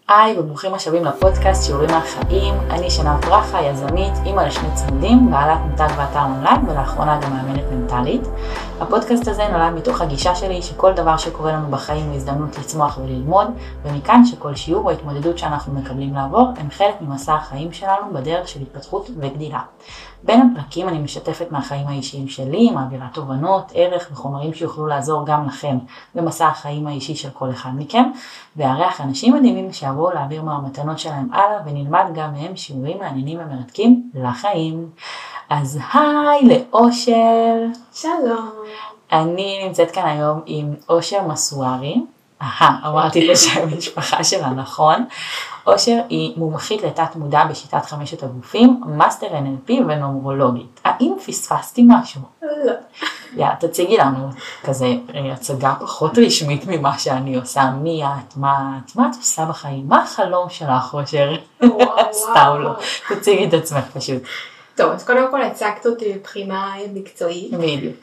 היי וברוכים השבים לפודקאסט שיעורים מהחיים. אני שנה ברכה, יזמית, אימא לשני צמודים, בעלת מותג ואתר אונליין ולאחרונה גם מאמנת מנטלית. הפודקאסט הזה נולד מתוך הגישה שלי שכל דבר שקורה לנו בחיים הוא הזדמנות לצמוח וללמוד, ומכאן שכל שיעור או התמודדות שאנחנו מקבלים לעבור הם חלק ממסע החיים שלנו בדרך של התפתחות וגדילה. בין הפרקים אני משתפת מהחיים האישיים שלי, מעבירה תובנות, ערך וחומרים שיוכלו לעזור גם לכם במסע החיים האישי של כל אחד מכם, וארח אנשים מדהימים שיבואו להעביר מהמתנות שלהם הלאה ונלמד גם מהם שיעורים מעניינים ומרתקים לחיים. אז היי לאושר. שלום. אני נמצאת כאן היום עם אושר מסוארי. אמרתי לשם משפחה שלה נכון. אושר היא מומחית לתת מודע בשיטת 5 הגופים, מאסטר NLP ונומרולוגית. האם פספסתי משהו? לא. יאללה, תציגי לנו כזה הצגה פחות רשמית ממה שאני עושה. מי את? מה את עושה בחיים? מה החלום שלך, אושר? סתם לא. תציגי את עצמך פשוט. טוב, אז קודם כל הצגת אותי מבחינה מקצועית. בדיוק.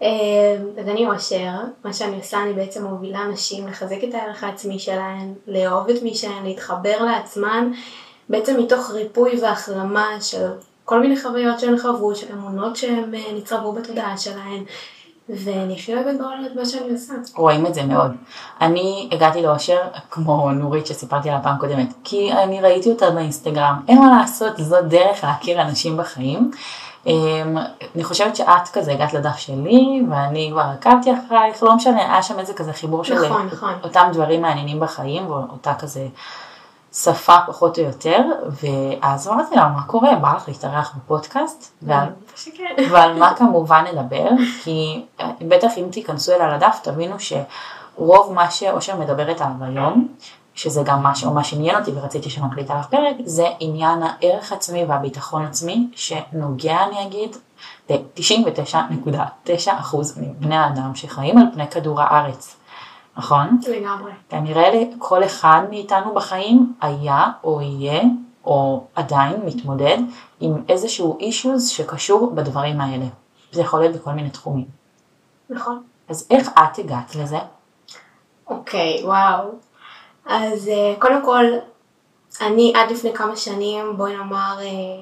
אז אני אושר, מה שאני עושה אני בעצם מובילה אנשים לחזק את הערך העצמי שלהן, לאהוב את מי שהן, להתחבר לעצמן, בעצם מתוך ריפוי והחלמה של כל מיני חוויות שהן חוו, של אמונות שהן נצרבו בתודעה שלהן, ואני הכי אוהבת בעולם את מה שאני עושה. רואים את זה מאוד. אני הגעתי לאושר כמו נורית שסיפרתי עליה פעם קודמת, כי אני ראיתי אותה באינסטגרם, אין מה לעשות, זאת דרך להכיר אנשים בחיים. אני חושבת שאת כזה הגעת לדף שלי ואני כבר עקבתי אחרייך, לא משנה, היה שם איזה כזה חיבור של אותם דברים מעניינים בחיים ואותה כזה שפה פחות או יותר, ואז אמרתי לה מה קורה, בא לך להתארח בפודקאסט ועל מה כמובן נדבר, כי בטח אם תיכנסו אליי לדף תבינו שרוב מה שאושר מדברת עליו היום, שזה גם מה שעניין אותי ורציתי שנקליט עליו פרק, זה עניין הערך עצמי והביטחון עצמי, שנוגע אני אגיד ל-99.9% מבני האדם שחיים על פני כדור הארץ, נכון? לגמרי. כנראה לכל אחד מאיתנו בחיים היה או יהיה או עדיין מתמודד עם איזשהו אישוז שקשור בדברים האלה. זה יכול להיות בכל מיני תחומים. נכון. אז איך את הגעת לזה? אוקיי, וואו. אז קודם כל, אני עד לפני כמה שנים, בואי נאמר,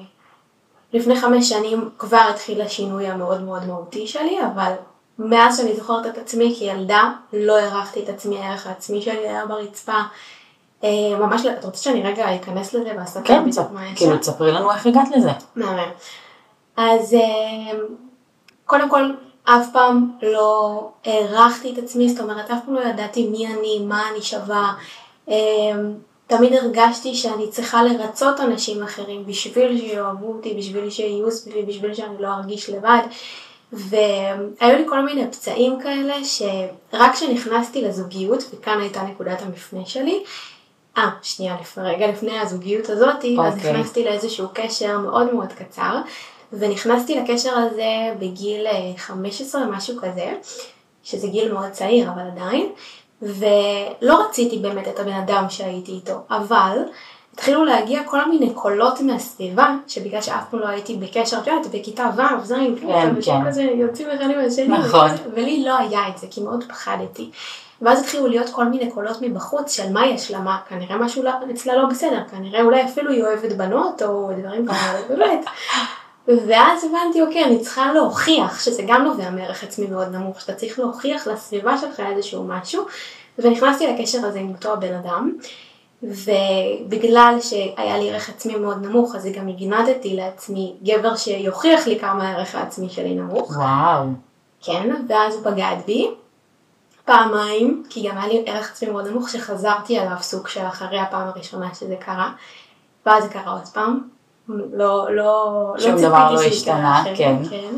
לפני 5 שנים כבר התחיל השינוי המאוד מאוד מהותי שלי, אבל מאז שאני זוכרת את עצמי כילדה, לא הערכתי את עצמי, הערך העצמי שלי היה ברצפה. ממש, את רוצה שאני רגע אכנס לזה ואספר? כן, כאילו תספרי לנו איך הגעת לזה. מהמם. אז קודם כל, אף פעם לא הערכתי את עצמי, זאת אומרת, אף פעם לא ידעתי מי אני, מה אני שווה. תמיד הרגשתי שאני צריכה לרצות אנשים אחרים בשביל שיאהבו אותי, בשביל שיהיו סביבי, בשביל שאני לא ארגיש לבד. והיו לי כל מיני פצעים כאלה שרק כשנכנסתי לזוגיות, וכאן הייתה נקודת המפנה שלי, רגע לפני הזוגיות הזאת, אז נכנסתי לאיזשהו קשר מאוד מאוד קצר, ונכנסתי לקשר הזה בגיל 15 משהו כזה, שזה גיל מאוד צעיר אבל עדיין, ולא רציתי באמת את הבן אדם שהייתי איתו, אבל התחילו להגיע כל מיני קולות מהסביבה, שבגלל שאף פעם לא הייתי בקשר, בכיתה ו' זין, כזה יוצאים אחד עם השני, ולי לא היה את זה, כי מאוד פחדתי. ואז התחילו להיות כל מיני קולות מבחוץ של מה יש לה, מה, כנראה משהו אצלה לא בסדר, כנראה אולי אפילו היא אוהבת בנות או דברים כאלה, באמת. ואז הבנתי, אוקיי, אני צריכה להוכיח, שזה גם נובע מערך עצמי מאוד נמוך, שאתה צריך להוכיח לסביבה שלך איזשהו משהו, ונכנסתי לקשר הזה עם אותו הבן אדם, ובגלל שהיה לי ערך עצמי מאוד נמוך, אז גם הגנדתי לעצמי גבר שיוכיח לי כמה הערך העצמי שלי נמוך. וואו. כן, ואז הוא בגד בי, פעמיים, כי גם היה לי ערך עצמי מאוד נמוך, שחזרתי עליו סוג של אחרי הפעם הראשונה שזה קרה, ואז זה קרה עוד פעם. שום דבר לא השתנה, כן.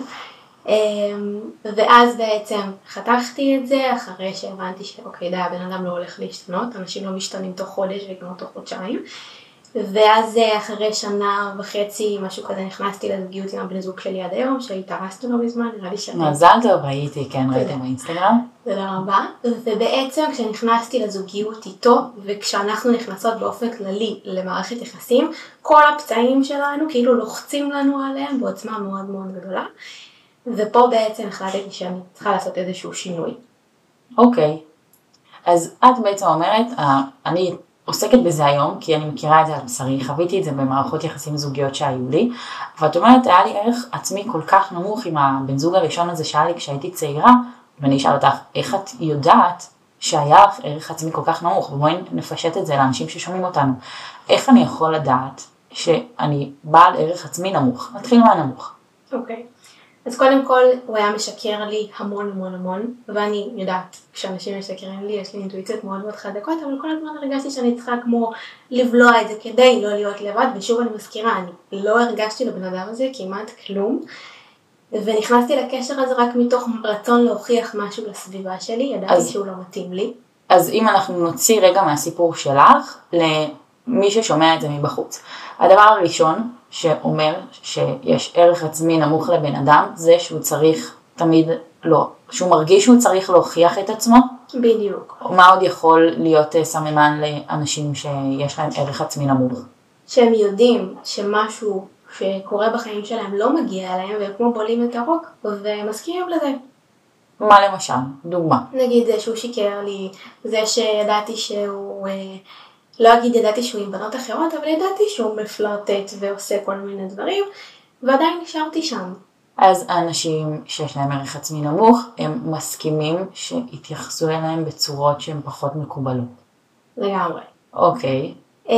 ואז בעצם חתכתי את זה אחרי שהבנתי שאוקיי, די, הבן אדם לא הולך להשתנות, אנשים לא משתנים תוך חודש וגם תוך חודשיים. ואז אחרי 1.5 שנה, משהו כזה, נכנסתי לזוגיות עם הבן זוג שלי עד היום, שהתארסנו לא מזמן, נראה לי שאני... מזל טוב, ראיתי, כן, ראיתם באינסטגרם. תודה רבה. ובעצם כשנכנסתי לזוגיות איתו, וכשאנחנו נכנסות באופן כללי למערכת יחסים, כל הפצעים שלנו כאילו לוחצים לנו עליהם בעוצמה מאוד מאוד גדולה. ופה בעצם החלטתי שאני צריכה לעשות איזשהו שינוי. אוקיי. אז את בעצם אומרת, אני עוסקת בזה היום, כי אני מכירה את זה על בשרי, חוויתי את זה במערכות יחסים זוגיות שהיו לי, ואת אומרת, היה לי ערך עצמי כל כך נמוך עם הבן זוג הראשון הזה שהיה לי כשהייתי צעירה, ואני אשאל אותך, איך את יודעת שהיה לך ערך עצמי כל כך נמוך? ובואי נפשט את זה לאנשים ששומעים אותנו. איך אני יכול לדעת שאני בעל ערך עצמי נמוך? נתחיל מהנמוך. אוקיי. אז קודם כל הוא היה משקר לי המון המון המון, ואני יודעת, כשאנשים משקרים לי יש לי אינטואיציות מאוד מאוד חזקות, אבל כל הזמן הרגשתי שאני צריכה כמו לבלוע את זה כדי לא להיות לבד, ושוב אני מזכירה, אני לא הרגשתי לבן אדם הזה כמעט כלום, ונכנסתי לקשר הזה רק מתוך רצון להוכיח משהו לסביבה שלי, ידעתי שהוא לא מתאים לי. אז אם אנחנו נוציא רגע מהסיפור שלך למי ששומע את זה מבחוץ, הדבר הראשון שאומר שיש ערך עצמי נמוך לבן אדם, זה שהוא צריך תמיד לא, שהוא מרגיש שהוא צריך להוכיח את עצמו. בדיוק. מה עוד יכול להיות סממן לאנשים שיש להם ערך עצמי נמוך? שהם יודעים שמשהו שקורה בחיים שלהם לא מגיע אליהם, והם כמו בולים את הרוק, ומסכימים לזה. מה למשל? דוגמה. נגיד זה שהוא שיקר לי, זה שידעתי שהוא, לא אגיד ידעתי שהוא עם בנות אחרות, אבל ידעתי שהוא מפלרטט ועושה כל מיני דברים, ועדיין נשארתי שם. אז האנשים שיש להם ערך עצמי נמוך, הם מסכימים שיתייחסו אליהם בצורות שהן פחות מקובלות. לגמרי. אוקיי.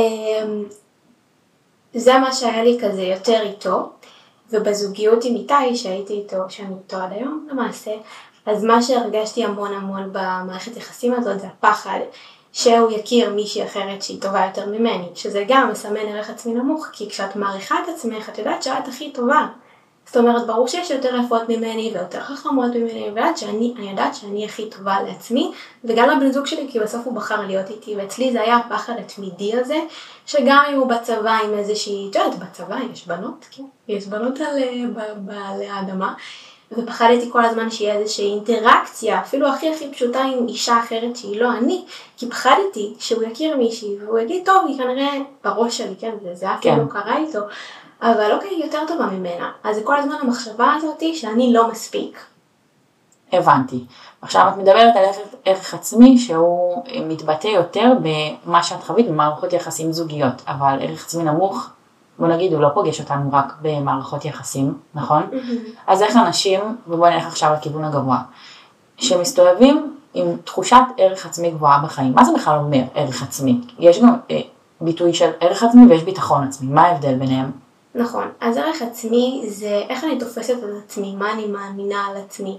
זה מה שהיה לי כזה יותר איתו, ובזוגיות עם איתי שהייתי איתו, שאני איתו עד היום למעשה, אז מה שהרגשתי המון המון במערכת יחסים הזאת זה הפחד שהוא יכיר מישהי אחרת שהיא טובה יותר ממני, שזה גם מסמן ערך עצמי נמוך, כי כשאת מעריכה את עצמך את יודעת שאת הכי טובה. זאת אומרת, ברור שיש יותר יפות ממני ויותר חכמות ממני, אני יודעת שאני הכי טובה לעצמי, וגם לבן זוג שלי, כי בסוף הוא בחר להיות איתי, ואצלי זה היה הפחד התמידי הזה, שגם אם הוא בצבא עם איזושהי, את יודעת, בצבא יש בנות, כן? יש בנות על האדמה, ופחדתי כל הזמן שיהיה איזושהי אינטראקציה, אפילו הכי פשוטה עם אישה אחרת שהיא לא אני, כי פחדתי שהוא יכיר מישהי, והוא יגיד, טוב, היא כנראה בראש שלי, כן? וזה אפילו לא קרה איתו. אבל אוקיי, היא יותר טובה ממנה. אז זה כל הזמן המחשבה הזאת שאני לא מספיק. הבנתי. עכשיו את מדברת על ערך עצמי שהוא מתבטא יותר במה שאת חווית במערכות יחסים זוגיות, אבל ערך עצמי נמוך, בוא נגיד, הוא לא פוגש אותנו רק במערכות יחסים, נכון? אז איך אנשים, ובוא נלך עכשיו לכיוון הגבוה, שמסתובבים עם תחושת ערך עצמי גבוהה בחיים, מה זה בכלל אומר ערך עצמי? יש גם ביטוי של ערך עצמי ויש ביטחון עצמי, מה ההבדל ביניהם? נכון, אז ערך עצמי זה איך אני תופסת את עצמי, מה אני מאמינה על עצמי.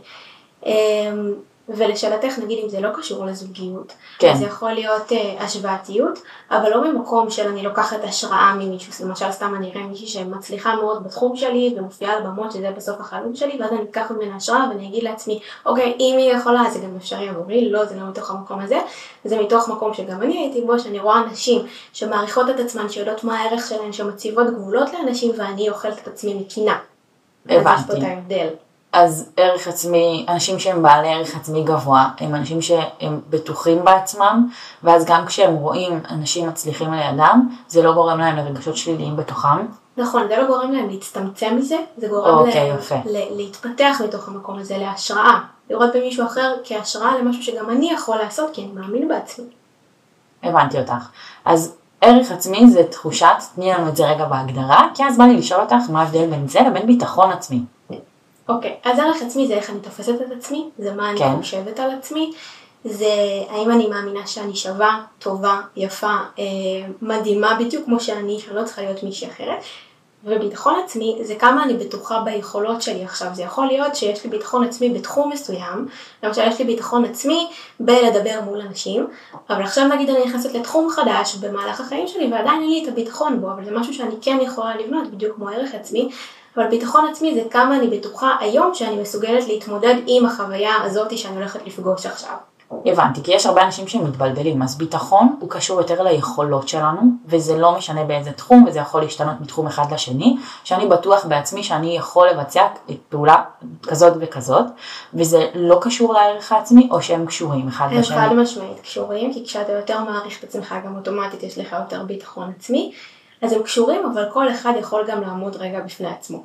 ולשאלתך, נגיד אם זה לא קשור לזוגיות, כן. אז זה יכול להיות השוואתיות, אבל לא במקום של אני לוקחת השראה ממישהו, למשל סתם אני אראה מישהי שמצליחה מאוד בתחום שלי ומופיעה על במות שזה בסוף החלום שלי, ואז אני אקח ממנה השראה ואני אגיד לעצמי, אוקיי, אם היא יכולה זה גם אפשרי עבורי, לא, זה לא מתוך המקום הזה, זה מתוך מקום שגם אני הייתי בו, שאני רואה אנשים שמעריכות את עצמן, שיודעות מה הערך שלהן, שמציבות גבולות לאנשים ואני אוכלת את עצמי מקינה. הבנתי. אז יש פה את ההבדל. אז ערך עצמי, אנשים שהם בעלי ערך עצמי גבוה, הם אנשים שהם בטוחים בעצמם, ואז גם כשהם רואים אנשים מצליחים לידם, זה לא גורם להם לרגשות שליליים בתוכם. נכון, זה לא גורם להם להצטמצם מזה, זה גורם להם להתפתח מתוך המקום הזה, להשראה. לראות במישהו אחר כהשראה למשהו שגם אני יכול לעשות, כי אני מאמין בעצמי. הבנתי אותך. אז ערך עצמי זה תחושת, תני לנו את זה רגע בהגדרה, כי אז בא לי לשאול אותך מה ההבדל בין זה לבין ביטחון עצמי. אוקיי, אז ערך עצמי זה איך אני תופסת את עצמי, זה מה אני חושבת על עצמי, זה האם אני מאמינה שאני שווה, טובה, יפה, מדהימה, בדיוק כמו שאני לא צריכה להיות מישהי אחרת, וביטחון עצמי זה כמה אני בטוחה ביכולות שלי עכשיו, זה יכול להיות שיש לי ביטחון עצמי בתחום מסוים, למשל יש לי ביטחון עצמי בלדבר מול אנשים, אבל עכשיו נגיד אני נכנסת לתחום חדש במהלך החיים שלי ועדיין אין לי את הביטחון בו, אבל זה משהו שאני כן יכולה לבנות בדיוק כמו ערך עצמי, אבל ביטחון עצמי זה כמה אני בטוחה היום שאני מסוגלת להתמודד עם החוויה הזאת שאני הולכת לפגוש עכשיו. הבנתי, כי יש הרבה אנשים שמתבלבלים, אז ביטחון הוא קשור יותר ליכולות שלנו, וזה לא משנה באיזה תחום, וזה יכול להשתנות מתחום אחד לשני, שאני בטוח בעצמי שאני יכול לבצע פעולה כזאת וכזאת, וזה לא קשור לערך העצמי, או שהם קשורים אחד לשני. הם חד משמעית קשורים, כי כשאתה יותר מעריך את עצמך, גם אוטומטית יש לך יותר ביטחון עצמי, אז הם קשורים, אבל כל אחד יכול גם לעמוד רגע בפני עצמו.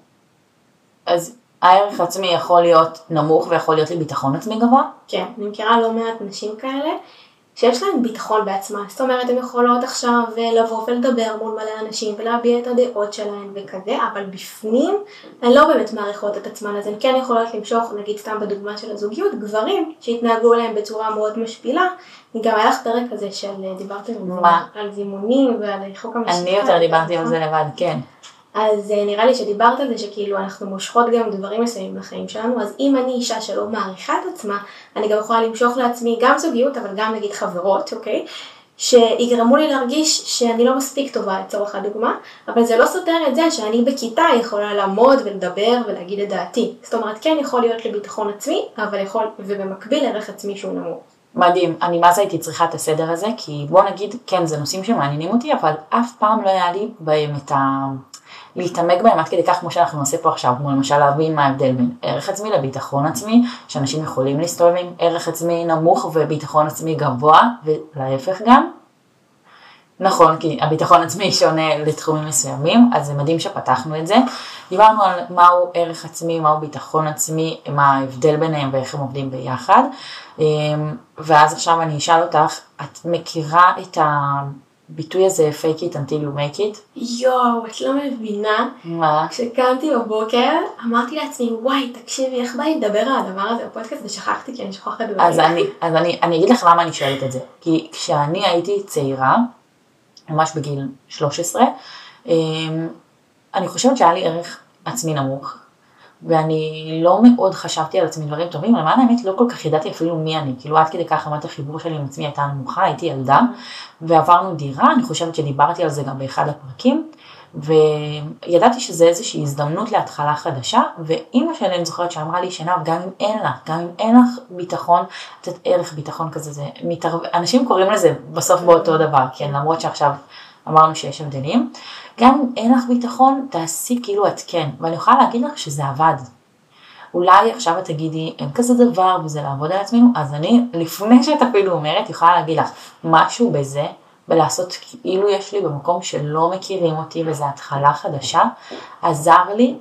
אז הערך עצמי יכול להיות נמוך ויכול להיות לי ביטחון עצמי גבוה? כן, אני מכירה לא מעט נשים כאלה, שיש להן ביטחון בעצמה. זאת אומרת, הן יכולות עכשיו לבוא ולדבר מול מלא אנשים ולהביע את הדעות שלהן וכזה, אבל בפנים הן לא באמת מעריכות את עצמן, אז הן כן יכולות למשוך, נגיד סתם בדוגמה של הזוגיות, גברים שהתנהגו להם בצורה מאוד משפילה. גם היה לך פרק כזה של דיברתם על זימונים ועל חוק המשפחה. אני יותר דיברתי על זה לבד, כן. אז נראה לי שדיברת על זה שכאילו אנחנו מושכות גם דברים מסוימים לחיים שלנו, אז אם אני אישה שלא מעריכה את עצמה, אני גם יכולה למשוך לעצמי גם זוגיות, אבל גם נגיד חברות, אוקיי? שיגרמו לי להרגיש שאני לא מספיק טובה לצורך הדוגמה, אבל זה לא סותר את זה שאני בכיתה יכולה לעמוד ולדבר ולהגיד את דעתי. זאת אומרת, כן יכול להיות לביטחון עצמי, אבל יכול, ובמקביל ערך עצמי שהוא נמוך. מדהים, אני מה זה הייתי צריכה את הסדר הזה, כי בוא נגיד, כן, זה נושאים שמעניינים אותי, אבל אף פעם לא היה לי בהם להתעמק בהם עד כדי כך כמו שאנחנו נעשה פה עכשיו, כמו למשל להבין מה ההבדל בין ערך עצמי לביטחון עצמי, שאנשים יכולים להסתובב עם ערך עצמי נמוך וביטחון עצמי גבוה, ולהפך גם. נכון, כי הביטחון עצמי שונה לתחומים מסוימים, אז זה מדהים שפתחנו את זה. דיברנו על מהו ערך עצמי, מהו ביטחון עצמי, מה ההבדל ביניהם ואיך הם עובדים ביחד. ואז עכשיו אני אשאל אותך, את מכירה את הביטוי הזה, fake it until you make it? יואו, את לא מבינה. מה? כשקמתי בבוקר, אמרתי לעצמי, וואי, תקשיבי, איך בא לי לדבר על הדבר הזה בפודקאסט, ושכחתי כי אני שוכחת דברים. אז אני אגיד לך למה אני שואלת את זה. כי כשאני הייתי צעירה, ממש בגיל 13, אני חושבת שהיה לי ערך עצמי נמוך, ואני לא מאוד חשבתי על עצמי דברים טובים, למען האמת לא כל כך ידעתי אפילו מי אני, כאילו עד כדי כך רמת החיבור שלי עם עצמי הייתה נמוכה, הייתי ילדה, ועברנו דירה, אני חושבת שדיברתי על זה גם באחד הפרקים, וידעתי שזה איזושהי הזדמנות להתחלה חדשה, ואימא שלי אני זוכרת שאמרה לי שנב, גם אם אין לך ביטחון, לתת ערך ביטחון כזה, זה אנשים קוראים לזה בסוף באותו דבר, כן, למרות שעכשיו אמרנו שיש הבדלים, גם אם אין לך ביטחון, תעשי כאילו את כן, ואני יכולה להגיד לך שזה עבד. אולי עכשיו את תגידי, אין כזה דבר, וזה לעבוד על עצמנו, אז אני, לפני שאת אפילו אומרת, יכולה להגיד לך, משהו בזה, ולעשות כאילו יש לי במקום שלא מכירים אותי, וזו התחלה חדשה, עזר לי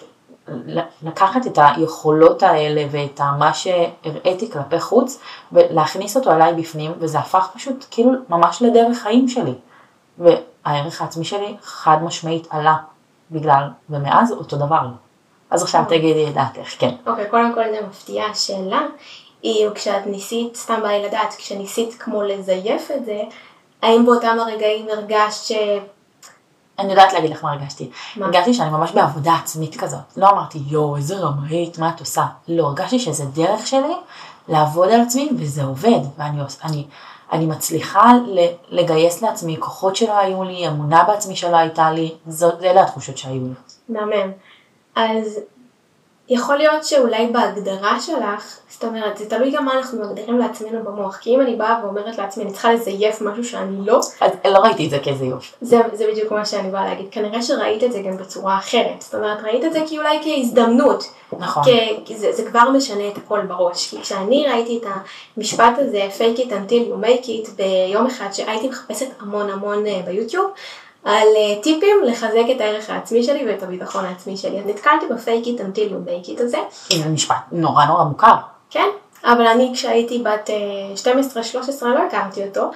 לקחת את היכולות האלה, ואת מה שהראיתי כלפי חוץ, ולהכניס אותו עליי בפנים, וזה הפך פשוט כאילו ממש לדרך חיים שלי. והערך העצמי שלי חד משמעית עלה בגלל, ומאז אותו דבר. אז עכשיו תגידי את דעתך, כן. אוקיי, קודם כל זה מפתיעה השאלה, היא כשאת ניסית, סתם בא לי לדעת, כשניסית כמו לזייף את זה, האם באותם הרגעים הרגשת אני יודעת להגיד לך מה הרגשתי. הרגשתי שאני ממש בעבודה עצמית כזאת. לא אמרתי, יו, איזה רמאית, מה את עושה? לא, הרגשתי שזה דרך שלי לעבוד על עצמי, וזה עובד. ואני מצליחה לגייס לעצמי כוחות שלא היו לי, אמונה בעצמי שלא הייתה לי, אלה התחושות שהיו לי. מהמם. אז יכול להיות שאולי בהגדרה שלך, זאת אומרת, זה תלוי גם מה אנחנו מגדירים לעצמנו במוח, כי אם אני באה ואומרת לעצמי, אני צריכה לזייף משהו שאני לא, אז לא ראיתי את זה כזיוף. זה בדיוק מה שאני באה להגיד, כנראה שראית את זה גם בצורה אחרת, זאת אומרת, ראית את זה אולי כהזדמנות, נכון. זה כבר משנה את הכל בראש, כי כשאני ראיתי את המשפט הזה, fake it until you make it, ביום אחד שהייתי מחפשת המון ביוטיוב, על טיפים לחזק את הערך העצמי שלי ואת הביטחון העצמי שלי. אז נתקלתי ב-fake it until you make it הזה. זה משפט נורא מוכר. כן, אבל אני כשהייתי בת 12-13 לא הכרתי אותו,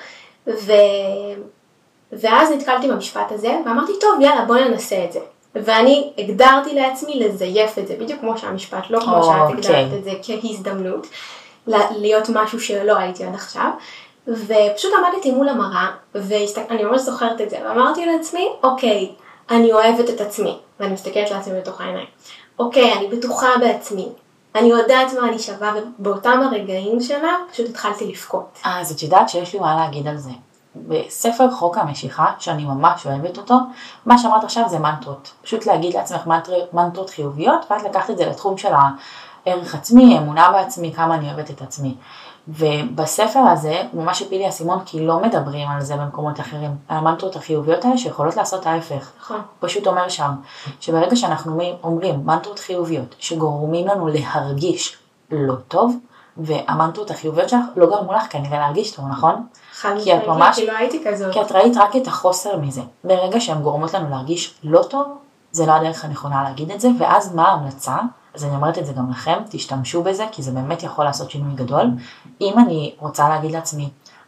ואז נתקלתי במשפט הזה, ואמרתי, טוב, יאללה, בוא ננסה את זה. ואני הגדרתי לעצמי לזייף את זה, בדיוק כמו שהמשפט, לא כמו שאת הגדרת את זה כהזדמנות, להיות משהו שלא הייתי עד עכשיו. ופשוט עמדתי מול המראה, ואני ממש זוכרת את זה, ואמרתי לעצמי, אוקיי, אני אוהבת את עצמי, ואני מסתכלת לעצמי בתוך העיניים. אוקיי, אני בטוחה בעצמי, אני יודעת מה אני שווה, ובאותם הרגעים שלה פשוט התחלתי לבכות. אז את יודעת שיש לי מה להגיד על זה. בספר חוק המשיכה, שאני ממש אוהבת אותו, מה שאמרת עכשיו זה מנטרות. פשוט להגיד לעצמך מנטרות חיוביות, ואת לקחת את זה לתחום של הערך עצמי, אמונה בעצמי, כמה אני אוהבת את עצמי. ובספר הזה הוא ממש הפיל לי הסימון, כי לא מדברים על זה במקומות אחרים, על המנטרות החיוביות האלה שיכולות לעשות ההפך. נכון. פשוט אומר שם, שברגע שאנחנו אומרים מנטרות חיוביות שגורמים לנו להרגיש לא טוב, והמנטרות החיוביות שלך לא גרמו לך כנראה להרגיש טוב, נכון? כי את ממש, כי לא הייתי כזאת. כי את ראית רק את החוסר מזה. ברגע שהן גורמות לנו להרגיש לא טוב, זה לא הדרך הנכונה להגיד את זה, ואז מה ההמלצה? אז אני אומרת את זה גם לכם, תשתמשו בזה, כי זה באמת יכול לעשות שינוי גדול. אם אני רוצה להגיד לעצמי,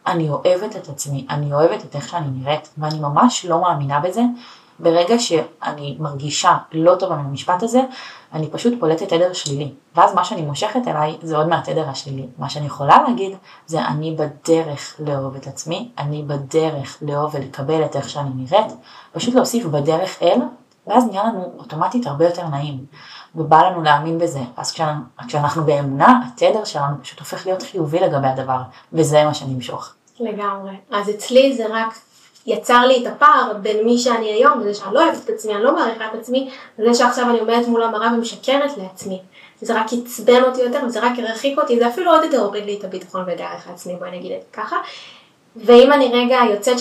אני אוהבת את עצמי, אני אוהבת את איך שאני נראית, ואני ממש לא מאמינה בזה. ברגע שאני מרגישה לא טוב במשפט הזה, אני פשוט פולטת עדר שלילי. ואז מה שאני מושכת אליי זה עוד מהתדר השלילי. מה שאני יכולה להגיד זה אני בדרך לאהוב את עצמי, אני בדרך לאהוב ולקבל את איך שאני נראית, פשוט להוסיף בדרך אל, ואז נהיה לנו אוטומטית הרבה יותר נעים. ובא לנו להאמין בזה. אז כשאנחנו באמונה, התדר שלנו פשוט הופך להיות חיובי לגבי הדבר, וזה מה שאני אמשוך. לגמרי. אז אצלי זה רק יצר לי את הפער בין מי שאני היום, וזה שאני לא אוהבת את עצמי, אני לא מעריכה את עצמי, וזה שעכשיו אני עומדת מול המראה ומשקרת לעצמי. זה רק יצבן אותי יותר, וזה רק ירחיק אותי, זה אפילו עוד יותר הוריד לי את הביטחון ודרך לעצמי, בואי נגיד את זה ככה. ואם אני רגע יוצאת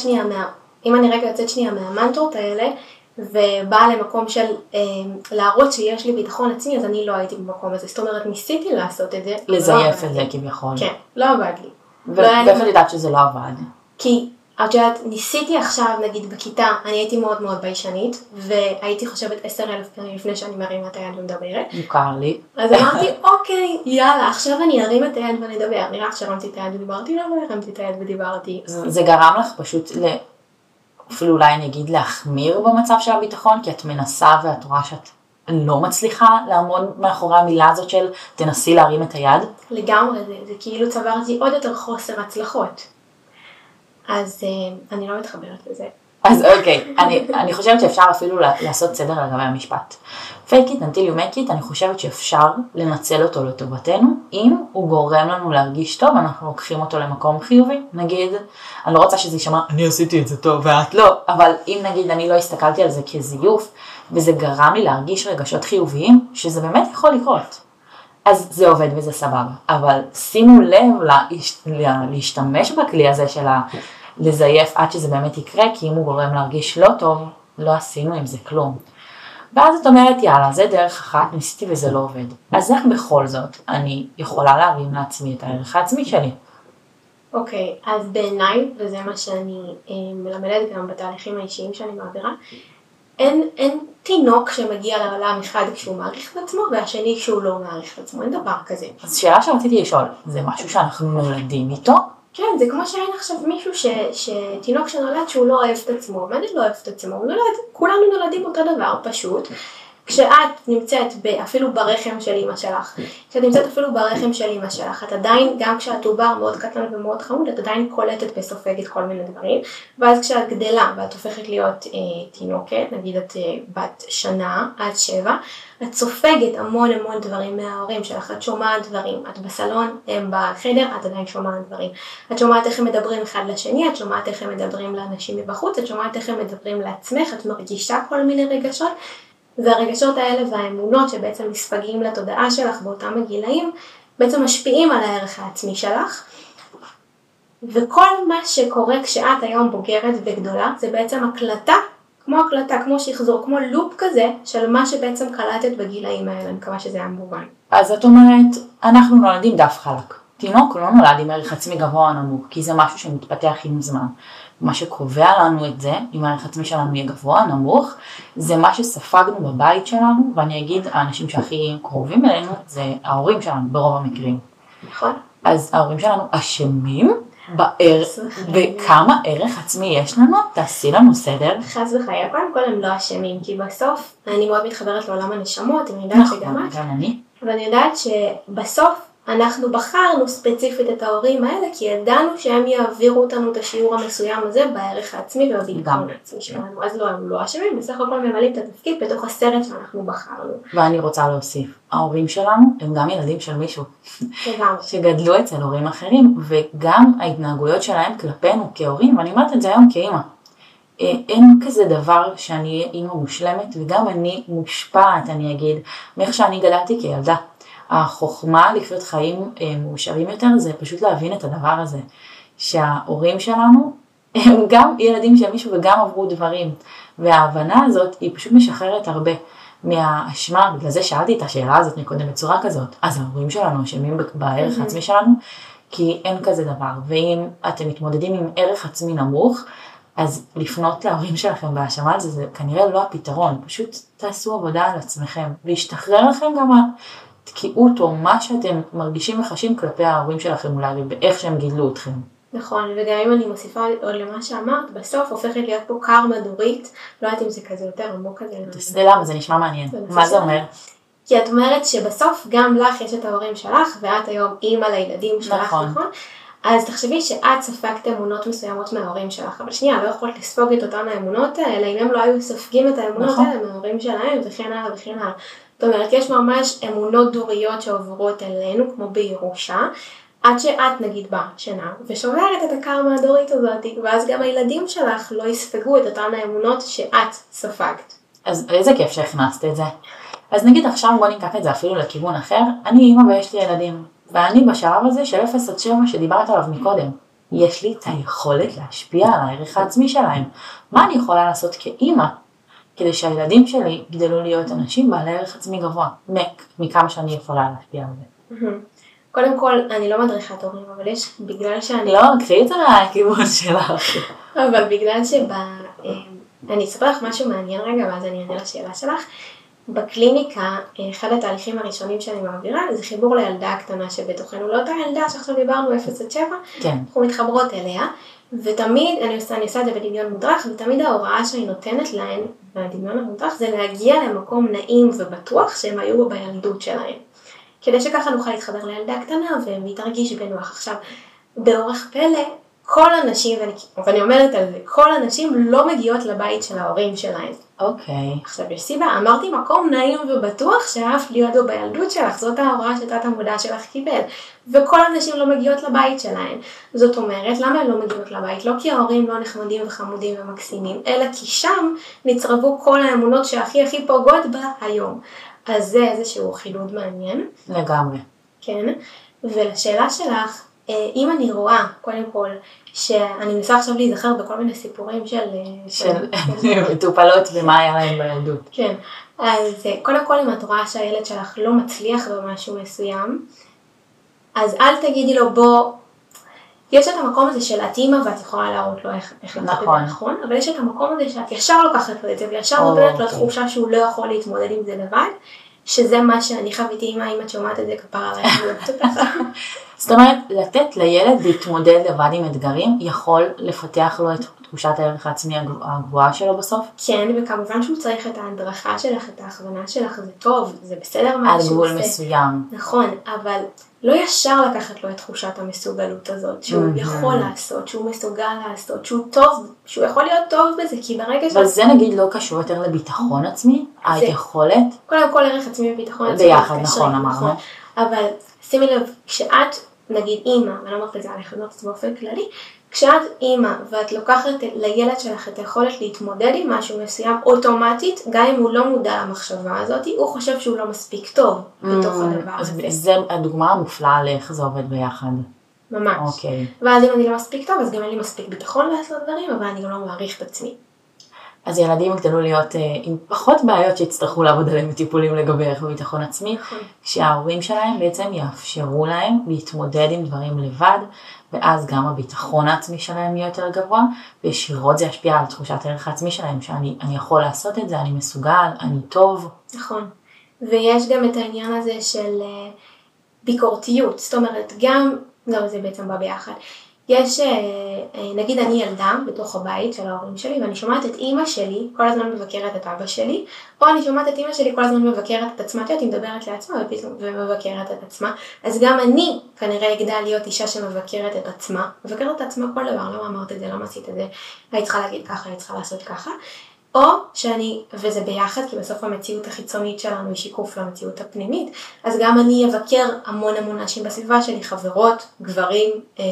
שנייה מהמנטרות האלה, ובאה למקום של להראות שיש לי ביטחון עצמי, אז אני לא הייתי במקום הזה. זאת אומרת, ניסיתי לעשות את זה. לזייף את זה כביכול. כן, לא עבד לי. ואיך יודעת שזה לא עבד? כי את יודעת, ניסיתי עכשיו, נגיד בכיתה, אני הייתי מאוד מאוד ביישנית, והייתי חושבת 10,000 פעמים לפני שאני מרימה את היד ומדברת. מוכר לי. אז אמרתי, אוקיי, יאללה, עכשיו אני ארים את היד ונדבר. נראה לך שהרמתי את היד ודיברתי, לא הרמתי את היד ודיברתי. זה גרם לך פשוט אפילו אולי אני אגיד להחמיר במצב של הביטחון, כי את מנסה ואת רואה שאת לא מצליחה לעמוד מאחורי המילה הזאת של תנסי להרים את היד. לגמרי, זה כאילו צברתי עוד יותר חוסר הצלחות. אז אני לא מתחברת לזה. אז אוקיי, אני חושבת שאפשר אפילו לעשות סדר לגבי המשפט. fake it until you make it, אני חושבת שאפשר לנצל אותו לטובתנו, אם הוא גורם לנו להרגיש טוב, אנחנו לוקחים אותו למקום חיובי. נגיד, אני לא רוצה שזה יישמע, אני עשיתי את זה טוב ואת לא, אבל אם נגיד אני לא הסתכלתי על זה כזיוף, וזה גרם לי להרגיש רגשות חיוביים, שזה באמת יכול לקרות. אז זה עובד וזה סבבה. אבל שימו לב להשתמש בכלי הזה של לזייף עד שזה באמת יקרה, כי אם הוא גורם להרגיש לא טוב, לא עשינו עם זה כלום. ואז את אומרת, יאללה, זה דרך אחת, ניסיתי וזה לא עובד. אז איך בכל זאת אני יכולה להרים לעצמי את הערך העצמי שלי? אוקיי, אז בעיניי, וזה מה שאני מלמדת גם בתהליכים האישיים שאני מעבירה, אין תינוק שמגיע לעולם אחד כשהוא מעריך את עצמו, והשני כשהוא לא מעריך את עצמו, אין דבר כזה. אז שאלה שרציתי לשאול, זה משהו שאנחנו נולדים איתו? כן, זה כמו שאין עכשיו מישהו שתינוק שנולד שהוא לא אוהב את עצמו, מה אני לא אוהב את עצמו? הוא נולד, כולנו נולדים אותו דבר, פשוט. כשאת נמצאת אפילו ברחם של אמא שלך, כשאת נמצאת אפילו ברחם של אמא שלך, את עדיין, גם כשאת עובר מאוד קטן ומאוד חמוד, את עדיין קולטת וסופגת כל מיני דברים, ואז כשאת גדלה ואת הופכת להיות תינוקת, נגיד את בת שנה עד 7, את סופגת המון דברים מההורים שלך, את שומעת דברים, את בסלון, הם בחדר, את עדיין שומעת דברים, את שומעת איך הם מדברים אחד לשני, את שומעת איך הם מדברים לאנשים מבחוץ, את שומעת איך הם מדברים לעצמך, את מרגישה כל מיני רגשות, והרגשות האלה והאמונות שבעצם נספגים לתודעה שלך באותם הגילאים, בעצם משפיעים על הערך העצמי שלך. וכל מה שקורה כשאת היום בוגרת וגדולה, זה בעצם הקלטה, כמו שחזור, כמו לופ כזה, של מה שבעצם קלטת בגילאים האלה, אני מקווה שזה היה מובן. אז את אומרת, אנחנו נולדים דף חלק. תינוק לא נולד עם ערך עצמי גבוה או נמוך, כי זה משהו שמתפתח עם זמן. מה שקובע לנו את זה, אם הערך עצמי שלנו יהיה גבוה, נמוך, זה מה שספגנו בבית שלנו, ואני אגיד, האנשים שהכי קרובים אלינו, זה ההורים שלנו ברוב המקרים. נכון. אז ההורים שלנו אשמים בכמה ערך עצמי יש לנו, תעשי לנו סדר. חס וחלילה, קודם כל הם לא אשמים, כי בסוף, אני מאוד מתחברת לעולם הנשמות, אני יודעת שגם את, ואני יודעת שבסוף, אנחנו בחרנו ספציפית את ההורים האלה, כי ידענו שהם יעבירו אותנו את השיעור המסוים הזה בערך העצמי ובביטחון העצמי שלנו. אז לא, הם לא אשמים, בסך הכל ממלאים את התפקיד בתוך הסרט שאנחנו בחרנו. ואני רוצה להוסיף, ההורים שלנו הם גם ילדים של מישהו. שגדלו אצל הורים אחרים, וגם ההתנהגויות שלהם כלפינו כהורים, ואני אומרת את זה היום כאמא. אין כזה דבר שאני אהיה אמא מושלמת, וגם אני מושפעת, אני אגיד, מאיך שאני גדלתי כילדה. החוכמה לחיות חיים מאושרים יותר זה פשוט להבין את הדבר הזה, שההורים שלנו הם גם ילדים של מישהו וגם עברו דברים, וההבנה הזאת היא פשוט משחררת הרבה מהאשמה. בגלל זה שאלתי את השאלה הזאת מקודם בצורה כזאת, אז ההורים שלנו אשמים בערך עצמי שלנו, כי אין כזה דבר. ואם אתם מתמודדים עם ערך עצמי נמוך, אז לפנות להורים שלכם בהאשמה על זה, זה כנראה לא הפתרון, פשוט תעשו עבודה על עצמכם, וישתחרר לכם גם תקיעות או מה שאתם מרגישים וחשים כלפי ההורים שלכם אולי, ובאיך שהם גידלו אתכם. נכון, וגם אם אני מוסיפה עוד למה שאמרת, בסוף הופכת להיות פה קרמה דורית, לא יודעת אם זה כזה יותר עמוק כזה. זה למה, זה נשמע מעניין. מה זה אומר? כי את אומרת שבסוף גם לך יש את ההורים שלך, ואת היום אימא לילדים שלך, נכון? אז תחשבי שאת ספגת אמונות מסוימות מההורים שלך, אבל שנייה, לא יכולת לספוג את אותן האמונות האלה, אם הם לא היו סופגים את האמונות האלה מההורים שלהם, וכן הלאה וכן הלאה. זאת אומרת, יש ממש אמונות דוריות שעוברות אלינו, כמו בירושה, עד שאת נגיד באה שנה, ושומרת את הקרמה הדורית הזאת, ואז גם הילדים שלך לא יספגו את אותן האמונות שאת ספגת. אז איזה כיף שהכנסת את זה. אז נגיד עכשיו בוא ניקח את זה אפילו לכיוון אחר, אני אימא ויש לי ילדים, ואני בשלב הזה של 0-7 שדיברת עליו מקודם, יש לי את היכולת להשפיע על הערך העצמי שלהם. מה אני יכולה לעשות כאימא, כדי שהילדים שלי יגדלו להיות אנשים בעלי ערך עצמי גבוה, מכמה שאני יכולה להשפיע על זה. קודם כל, אני לא מדריכת הורים, אבל יש, בגלל שאני... לא, קחי את זה מהכיוון שלך. אבל בגלל אני אספר לך משהו מעניין רגע, ואז אני אענה לשאלה שלך. בקליניקה, אחד התהליכים הראשונים שאני מעבירה, זה חיבור לילדה הקטנה שבתוכנו, לא אותה ילדה שעכשיו דיברנו 0-7, כן. אנחנו מתחברות אליה, ותמיד, אני עושה את זה בדמיון מודרך, ותמיד ההוראה שאני נותנת להן, בדמיון המודרך, זה להגיע למקום נעים ובטוח שהם היו בילדות שלהם. כדי שככה נוכל להתחבר לילדה הקטנה, והיא תרגיש בנוח. עכשיו, באורח פלא, כל הנשים, ואני אומרת על זה, כל הנשים לא מגיעות לבית של ההורים שלהם. אוקיי. עכשיו, יש סיבה, אמרתי מקום נעים ובטוח שאהבת להיות בו בילדות שלך, זאת ההוראה שתת המודע שלך קיבל. וכל הנשים לא מגיעות לבית שלהם. זאת אומרת, למה הן לא מגיעות לבית? לא כי ההורים לא נחמדים וחמודים ומקסימים, אלא כי שם נצרבו כל האמונות שהכי פוגעות בה היום. אז זה איזשהו חידוד מעניין. לגמרי. כן, ולשאלה שלך, אם אני רואה, קודם כל, שאני מנסה עכשיו להיזכר בכל מיני סיפורים של מטופלות ומה היה להם בילדות. כן, אז קודם כל, אם את רואה שהילד שלך לא מצליח במשהו מסוים, אז אל תגידי לו בוא, יש את המקום הזה של את אימא ואת יכולה להראות לו איך לקחת את זה נכון, אבל יש את המקום הזה שאת ישר לוקחת לו את זה, וישר נותנת לו תחושה שהוא לא יכול להתמודד עם זה לבד, שזה מה שאני חוויתי עם האמא שומעת את זה כפרה עליי. זאת אומרת, לתת לילד להתמודד לבד עם אתגרים, יכול לפתח לו את תחושת הערך העצמי הגבוהה שלו בסוף? כן, וכמובן שהוא צריך את ההדרכה שלך, את ההכוונה שלך, זה טוב, זה בסדר מה על גבול מסוים. נכון, אבל לא ישר לקחת לו את תחושת המסוגלות הזאת, שהוא יכול לעשות, שהוא מסוגל לעשות, שהוא טוב, שהוא יכול להיות טוב בזה, כי ברגע אבל זה נגיד לא קשור יותר לביטחון עצמי, היכולת? קודם כל ערך עצמי וביטחון עצמי. ביחד, נכון, אמרנו. אבל שימי לב, כשאת, נגיד אימא, ואני לא אומרת את זה עליך, אני אומרת את זה באופן כללי, כשאת אימא ואת לוקחת לילד שלך את היכולת להתמודד עם משהו מסוים, אוטומטית, גם אם הוא לא מודע למחשבה הזאת, הוא חושב שהוא לא מספיק טוב בתוך הדבר הזה. אז זה הדוגמה המופלאה על איך זה עובד ביחד. ממש. אוקיי. ואז אם אני לא מספיק טוב, אז גם אין לי מספיק ביטחון לעשות דברים, אבל אני גם לא מעריך את עצמי. אז ילדים יגדלו להיות עם פחות בעיות שיצטרכו לעבוד עליהם בטיפולים לגבי ערך וביטחון עצמי, כשההורים שלהם בעצם יאפשרו להם להתמודד עם דברים לבד, ואז גם הביטחון העצמי שלהם יהיה יותר גבוה, וישירות זה ישפיע על תחושת הערך העצמי שלהם, שאני יכול לעשות את זה, אני מסוגל, אני טוב. נכון. ויש גם את העניין הזה של ביקורתיות, זאת אומרת גם, לא, זה בעצם בא ביחד. יש, נגיד אני ילדה בתוך הבית של ההורים שלי, ואני שומעת את אימא שלי כל הזמן מבקרת את אבא שלי, או אני שומעת את אימא שלי כל הזמן מבקרת את עצמה, היא מדברת לעצמה ומבקרת את עצמה, אז גם אני כנראה אגדל להיות אישה שמבקרת את עצמה, מבקרת את עצמה כל דבר, למה אמרת את זה, למה עשית את זה, היית צריכה להגיד ככה, היית צריכה לעשות ככה, או שאני, וזה ביחד, כי בסוף המציאות החיצונית שלנו היא שיקוף למציאות הפנימית, אז גם אני אבקר המון אנשים בסביבה שלי, חברות, גברים,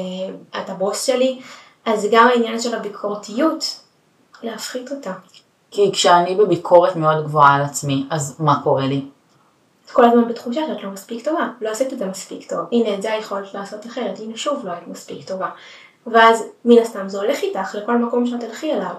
את הבוס שלי, אז גם העניין של הביקורתיות, להפחית אותה. כי כשאני בביקורת מאוד גבוהה על עצמי, אז מה קורה לי? את כל הזמן בתחושה שאת לא מספיק טובה, לא עשית את זה מספיק טוב, הנה את זה היכולת לעשות אחרת, הנה שוב לא היית מספיק טובה, ואז מן הסתם זה הולך איתך לכל מקום שאת תלכי אליו.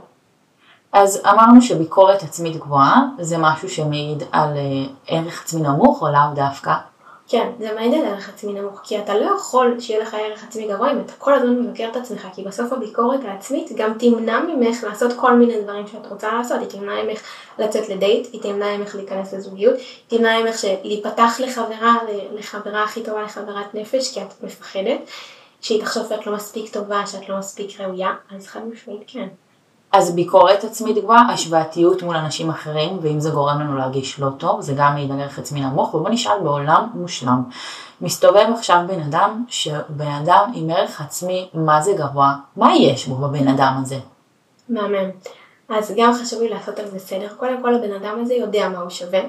אז אמרנו שביקורת עצמית גבוהה, זה משהו שמעיד על ערך עצמי נמוך או לאו דווקא? כן, זה מעיד על ערך עצמי נמוך, כי אתה לא יכול שיהיה לך ערך עצמי גבוה אם אתה כל הזמן מבקר את עצמך, כי בסוף הביקורת העצמית גם תמנע ממך לעשות כל מיני דברים שאת רוצה לעשות, היא תמנע ממך לצאת לדייט, היא תמנע ממך להיכנס לזוגיות, היא תמנע ממך להיפתח לחברה הכי טובה, לחברת נפש, כי את מפחדת, שהיא תחשוב שאת לא מספיק טובה, שאת לא מספיק ראויה, אז חד משמעית כן. אז ביקורת עצמית גבוהה, השוואתיות מול אנשים אחרים, ואם זה גורם לנו להרגיש לא טוב, זה גם מעיד על ערך עצמי נמוך. ובוא נשאל, בעולם מושלם, מסתובב עכשיו בן אדם, שבן אדם עם ערך עצמי, מה זה גבוה? מה יש בו בבן אדם הזה? מהמם. אז גם חשוב לי לעשות על זה סדר. קודם כל הבן אדם הזה יודע מה הוא שווה,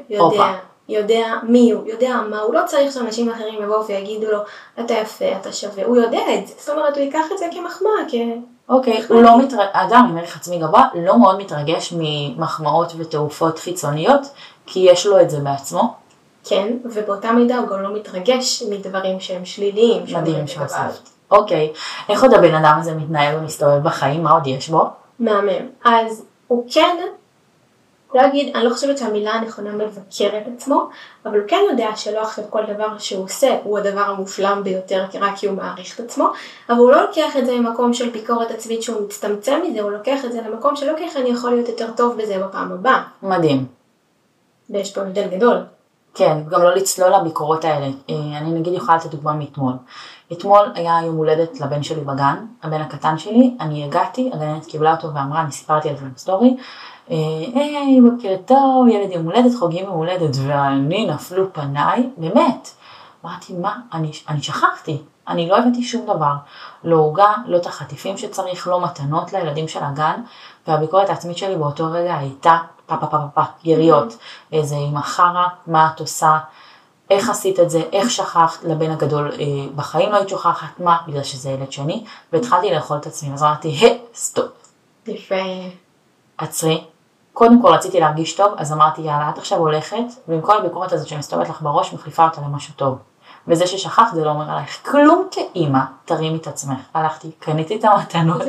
יודע מי הוא, יודע מה הוא. לא צריך שאנשים אחרים יבואו ויגידו לו, אתה יפה, אתה שווה. הוא יודע את זה. זאת אומרת, הוא ייקח את זה כמחמאה, אוקיי, האדם עם ערך עצמי גבוה לא מאוד מתרגש ממחמאות ותעופות חיצוניות, כי יש לו את זה בעצמו. כן, ובאותה מידה הוא גם לא מתרגש מדברים שהם שליליים. מדהים שהוספת. אוקיי, איך עוד הבן אדם הזה מתנהל ומסתובב בחיים? מה עוד יש בו? מהמם. אז הוא כן, לא אגיד, אני לא חושבת שהמילה הנכונה מבקר את עצמו, אבל הוא כן יודע שלא עכשיו כל דבר שהוא עושה הוא הדבר המושלם ביותר, רק כי הוא מעריך את עצמו, אבל הוא לא לוקח את זה ממקום של ביקורת עצמית שהוא מצטמצם מזה, הוא לוקח את זה למקום שלא כך אני יכול להיות יותר טוב בזה בפעם הבאה. מדהים. ויש פה הבדל גדול. כן, גם לא לצלול לביקורות האלה. אני נגיד יכולה לתת דוגמה מאתמול. אתמול היה יום הולדת לבן שלי בגן, הבן הקטן שלי, אני הגעתי, הגננת קיבלה אותו ואמרה, אני סיפרתי על זה בסטורי, היי, בוקר טוב, ילד יום הולדת, חוגים יום הולדת, ואני נפלו פניי, באמת. אמרתי, מה? אני שכחתי, אני לא הבאתי שום דבר, לא הוגה, לא את החטיפים שצריך, לא מתנות לילדים של הגן, והביקורת העצמית שלי באותו רגע הייתה יריות, איזה עם החרה, מה את עושה, איך עשית את זה, איך שכחת, לבן הגדול בחיים לא היית שוכחת, מה, בגלל שזה ילד שני, והתחלתי לאכול את עצמי, אז אמרתי, סטופ. יפה. עצרי, קודם כל רציתי להרגיש טוב, אז אמרתי, יאללה, את עכשיו הולכת, ועם כל הביקורת הזאת שמסתובבת לך בראש, מחליפה אותה למשהו טוב. וזה ששכחת זה לא אומר עלייך כלום כאימא, תרימי את עצמך. הלכתי, קניתי את המתנות,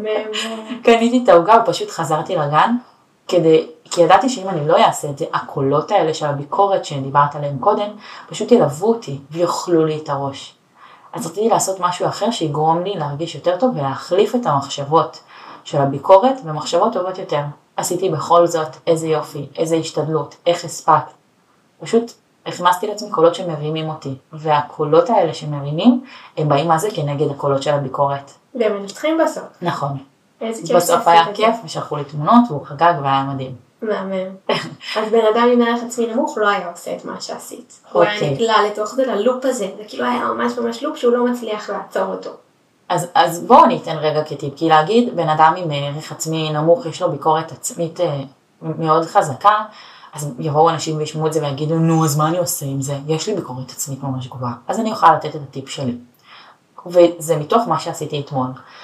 קניתי את ההוגה, ופשוט חזרתי לגן, כי ידעתי שאם אני לא אעשה את זה, הקולות האלה של הביקורת שדיברת עליהם קודם, פשוט ילוו אותי ויאכלו לי את הראש. אז רציתי לעשות משהו אחר שיגרום לי להרגיש יותר טוב, ולהחליף את המחשבות של הביקורת במחשבות טובות יותר. עשיתי בכל זאת איזה יופי, איזה השתדלות, איך הספקת. פשוט הכנסתי לעצמי קולות שמרימים אותי, והקולות האלה שמרימים, הם באים מה זה כנגד הקולות של הביקורת. והם מנצחים בסוף. נכון. איזה כיף. בסוף היה כיף, ושלחו לי תמונות, והוא חגג והיה מדהים. מהמם. אז בן אדם עם ערך עצמי נמוך לא היה עושה את מה שעשית. הוא היה נקלע לתוך זה, ללופ הזה. זה כאילו היה ממש לופ שהוא לא מצליח לעצור אותו. אז בואו ניתן רגע כטיפ, כי להגיד בן אדם עם ערך עצמי נמוך, יש לו ביקורת עצמית מאוד חזקה, אז יבואו אנשים וישמעו את זה ויגידו, נו, אז מה אני עושה עם זה? יש לי ביקורת עצמית ממש גבוהה. אז אני יכולה לתת את הטיפ שלי. וזה מתוך מה שעשיתי אתמול.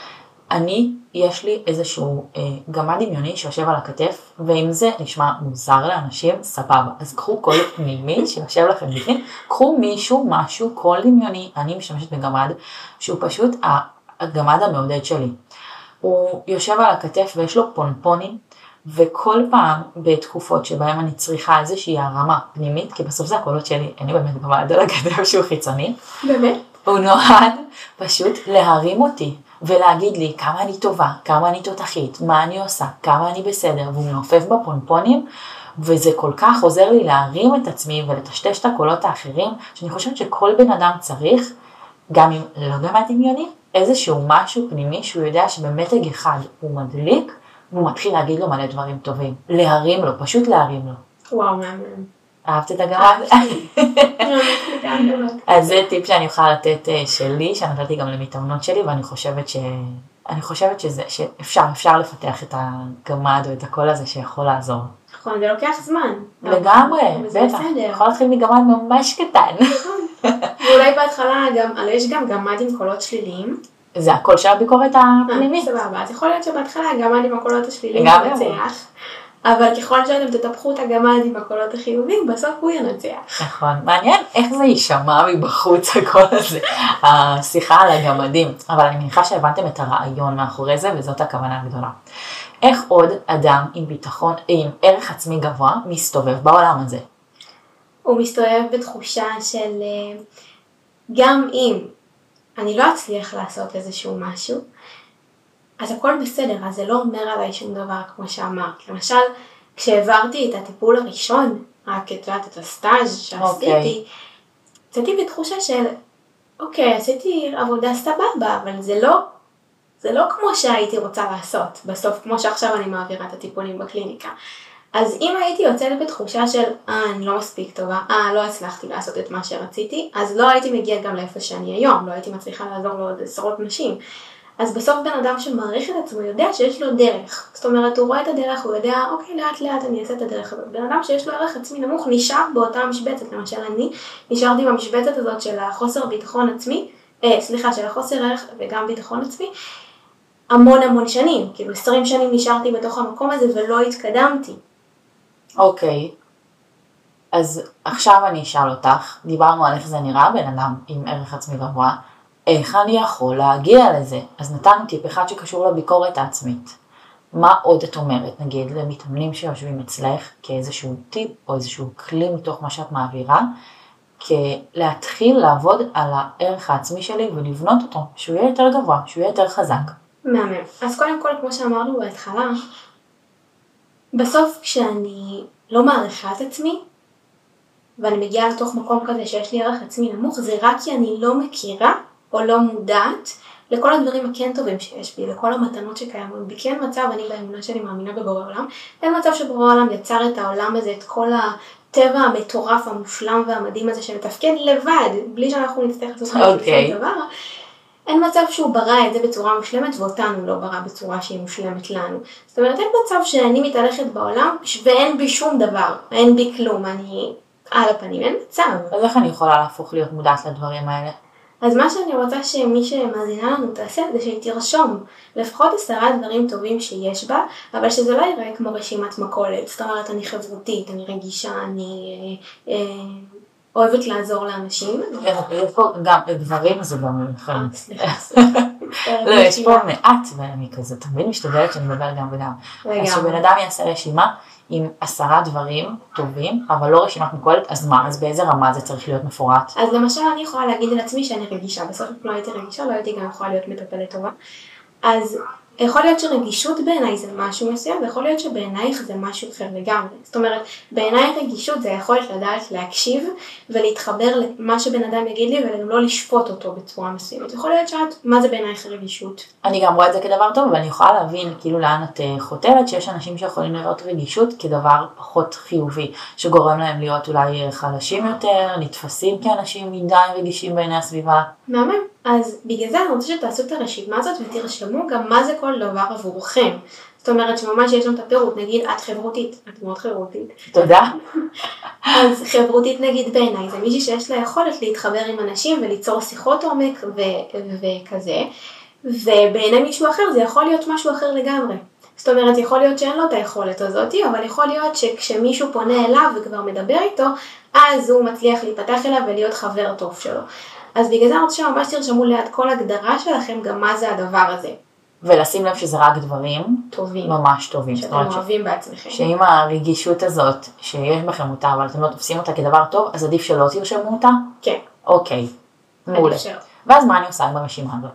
יש לי איזשהו גמד דמיוני שיושב על הכתף, ואם זה נשמע מוזר לאנשים, סבבה. אז קחו קול פנימי שיושב לכם בפנים, קחו משהו, קול דמיוני, אני משתמשת בגמד, שהוא פשוט הגמד המעודד שלי. הוא יושב על הכתף ויש לו פונפונים, וכל פעם בתקופות שבהם אני צריכה איזושהי הרמה פנימית, כי בסוף זה הקולות שלי, אין לי באמת גמד על הכתף שהוא חיצוני. באמת? הוא נועד פשוט להרים אותי. ולהגיד לי כמה אני טובה, כמה אני תותחית, מה אני עושה, כמה אני בסדר, והוא מנופף בפונפונים, וזה כל כך עוזר לי להרים את עצמי ולטשטש את הקולות האחרים, שאני חושבת שכל בן אדם צריך, גם אם לא גמד דמיוני, איזשהו משהו פנימי שהוא יודע שבמתג אחד הוא מדליק, והוא מתחיל להגיד לו מלא דברים טובים. להרים לו, פשוט להרים לו. וואו, מאמן. אהבת את הגמד? אז זה טיפ שאני יכולה לתת שלי, שנתתי גם למתאמנות שלי, ואני חושבת שאפשר לפתח את הגמד או את הקול הזה שיכול לעזור. נכון, זה לוקח זמן. לגמרי, בטח. יכול להתחיל מגמד ממש קטן. ואולי בהתחלה יש גם גמד עם קולות שליליים. זה הקול של הביקורת הפנימית. סבבה, אז יכול להיות שבהתחלה הגמד עם הקולות השליליים ינצח. אבל ככל שאתם תטפחו את הגמד עם הקולות החיוביים, בסוף הוא ינצח. נכון, מעניין איך זה יישמע מבחוץ הקול הזה, השיחה על הגמדים, אבל אני מניחה שהבנתם את הרעיון מאחורי זה, וזאת הכוונה הגדולה. איך עוד אדם עם ביטחון, עם ערך עצמי גבוה, מסתובב בעולם הזה? הוא מסתובב בתחושה של, גם אם אני לא אצליח לעשות איזשהו משהו, אז הכל בסדר, אז זה לא אומר עליי שום דבר כמו שאמרת. למשל, כשעברתי את הטיפול הראשון, רק את הסטאז' שעשיתי, יצאתי בתחושה של אוקיי, עשיתי עבודה סבבה, אבל זה לא כמו שהייתי רוצה לעשות, בסוף, כמו שעכשיו אני מעבירה את הטיפולים בקליניקה. אז אם הייתי יוצאת בתחושה של, אני לא מספיק טובה, לא הצלחתי לעשות את מה שרציתי, אז לא הייתי מגיעה גם לאיפה שאני היום, לא הייתי מצליחה לעזור לעוד עשרות נשים. אז בסוף בן אדם שמעריך את עצמו יודע שיש לו דרך. זאת אומרת, הוא רואה את הדרך, הוא יודע, אוקיי, לאט לאט אני אעשה את הדרך הזאת. בן אדם שיש לו ערך עצמי נמוך נשאר באותה משבצת. למשל, אני נשארתי במשבצת הזאת של החוסר ביטחון עצמי, של החוסר ערך וגם ביטחון עצמי, המון שנים. כאילו 20 שנים נשארתי בתוך המקום הזה ולא התקדמתי. אוקיי. אז עכשיו אני אשאל אותך, דיברנו על איך זה נראה בן אדם עם ערך עצמי גבוה, איך אני יכול להגיע לזה? אז נתנו טיפ אחד שקשור לביקורת העצמית. מה עוד את אומרת, נגיד, למתאמנים שיושבים אצלך כאיזשהו טיפ או איזשהו כלי מתוך מה שאת מעבירה, להתחיל לעבוד על הערך העצמי שלי ולבנות אותו, שהוא יהיה יותר גבוה, שהוא יהיה יותר חזק. מהמם. אז קודם כל, כמו שאמרנו בהתחלה, בסוף כשאני לא מעריכה את עצמי, ואני מגיעה לתוך מקום כזה שיש לי ערך עצמי נמוך, זה רק כי אני לא מכירה או לא מודעת לכל הדברים הכן טובים שיש בי, לכל המתנות שקיימות בי. כן מצב, אני באמונה שלי מאמינה בבורא עולם, אין מצב שבורא עולם יצר את העולם הזה, את כל הטבע המטורף, המושלם והמדהים הזה שמתפקד לבד, בלי שאנחנו נצטרך לעשות שום דבר. אין מצב שהוא ברא את זה בצורה מושלמת ואותנו לא ברא בצורה שהיא מושלמת לנו. זאת אומרת, אין מצב שאני מתהלכת בעולם ואין בי שום דבר, אין בי כלום, אני על הפנים, אין מצב. אז איך אני יכולה להפוך להיות מודעת לדברים האלה? אז מה שאני רוצה שמי שמאזינה לנו תעשה זה שהיא תרשום לפחות 10 דברים טובים שיש בה, אבל שזה לא ייראה כמו רשימת מכולת. זאת אומרת, אני חברותית, אני רגישה, אני אוהבת לעזור לאנשים. יש פה גם דברים, זה גם מבחן. סליחה. לא, יש פה מעט, ואני כזה תמיד משתדלת שאני מדבר גם וגם. אז שבן אדם יעשה רשימה עם 10 דברים טובים, אבל לא רשימת מכולת, אז מה? אז באיזה רמה זה צריך להיות מפורט? אז למשל אני יכולה להגיד על עצמי שאני רגישה, בסוף לא הייתי רגישה, לא הייתי גם יכולה להיות מטפלת טובה. אז יכול להיות שרגישות בעיניי זה משהו מסוים, ויכול להיות שבעינייך זה משהו אחר לגמרי. זאת אומרת, בעיניי רגישות זה יכולת לדעת להקשיב ולהתחבר למה שבן אדם יגיד לי וגם לא לשפוט אותו בצורה מסוימת. יכול להיות שאת, מה זה בעינייך רגישות? אני גם רואה את זה כדבר טוב, אבל אני יכולה להבין כאילו לאן את חותרת, שיש אנשים שיכולים לראות רגישות כדבר פחות חיובי, שגורם להם להיות אולי חלשים יותר, נתפסים כאנשים מדי רגישים בעיני הסביבה. מהמם. אז בגלל זה אני רוצה שתעשו את הרשימה הזאת ותרשמו גם מה זה כל דבר עבורכם. זאת אומרת שממש יש לנו את הפירוט, נגיד את חברותית, את מאוד חברותית. תודה. אז חברותית נגיד בעיניי, זה מישהי שיש לה יכולת להתחבר עם אנשים וליצור שיחות עומק וכזה, ובעיני מישהו אחר זה יכול להיות משהו אחר לגמרי. זאת אומרת, יכול להיות שאין לו את היכולת הזאת, אבל יכול להיות שכשמישהו פונה אליו וכבר מדבר איתו, אז הוא מצליח להיפתח אליו ולהיות חבר טוב שלו. אז בגלל זה אני רוצה שממש תרשמו ליד כל הגדרה שלכם גם מה זה הדבר הזה. ולשים לב שזה רק דברים טובים. ממש טובים. שאתם אוהבים בעצמכם. שאם הרגישות הזאת שיש בכם אותה, אבל אתם לא תופסים אותה כדבר טוב, אז עדיף שלא תרשמו אותה? כן. אוקיי, מעולה. ואז מה אני עושה ברשימה הזאת?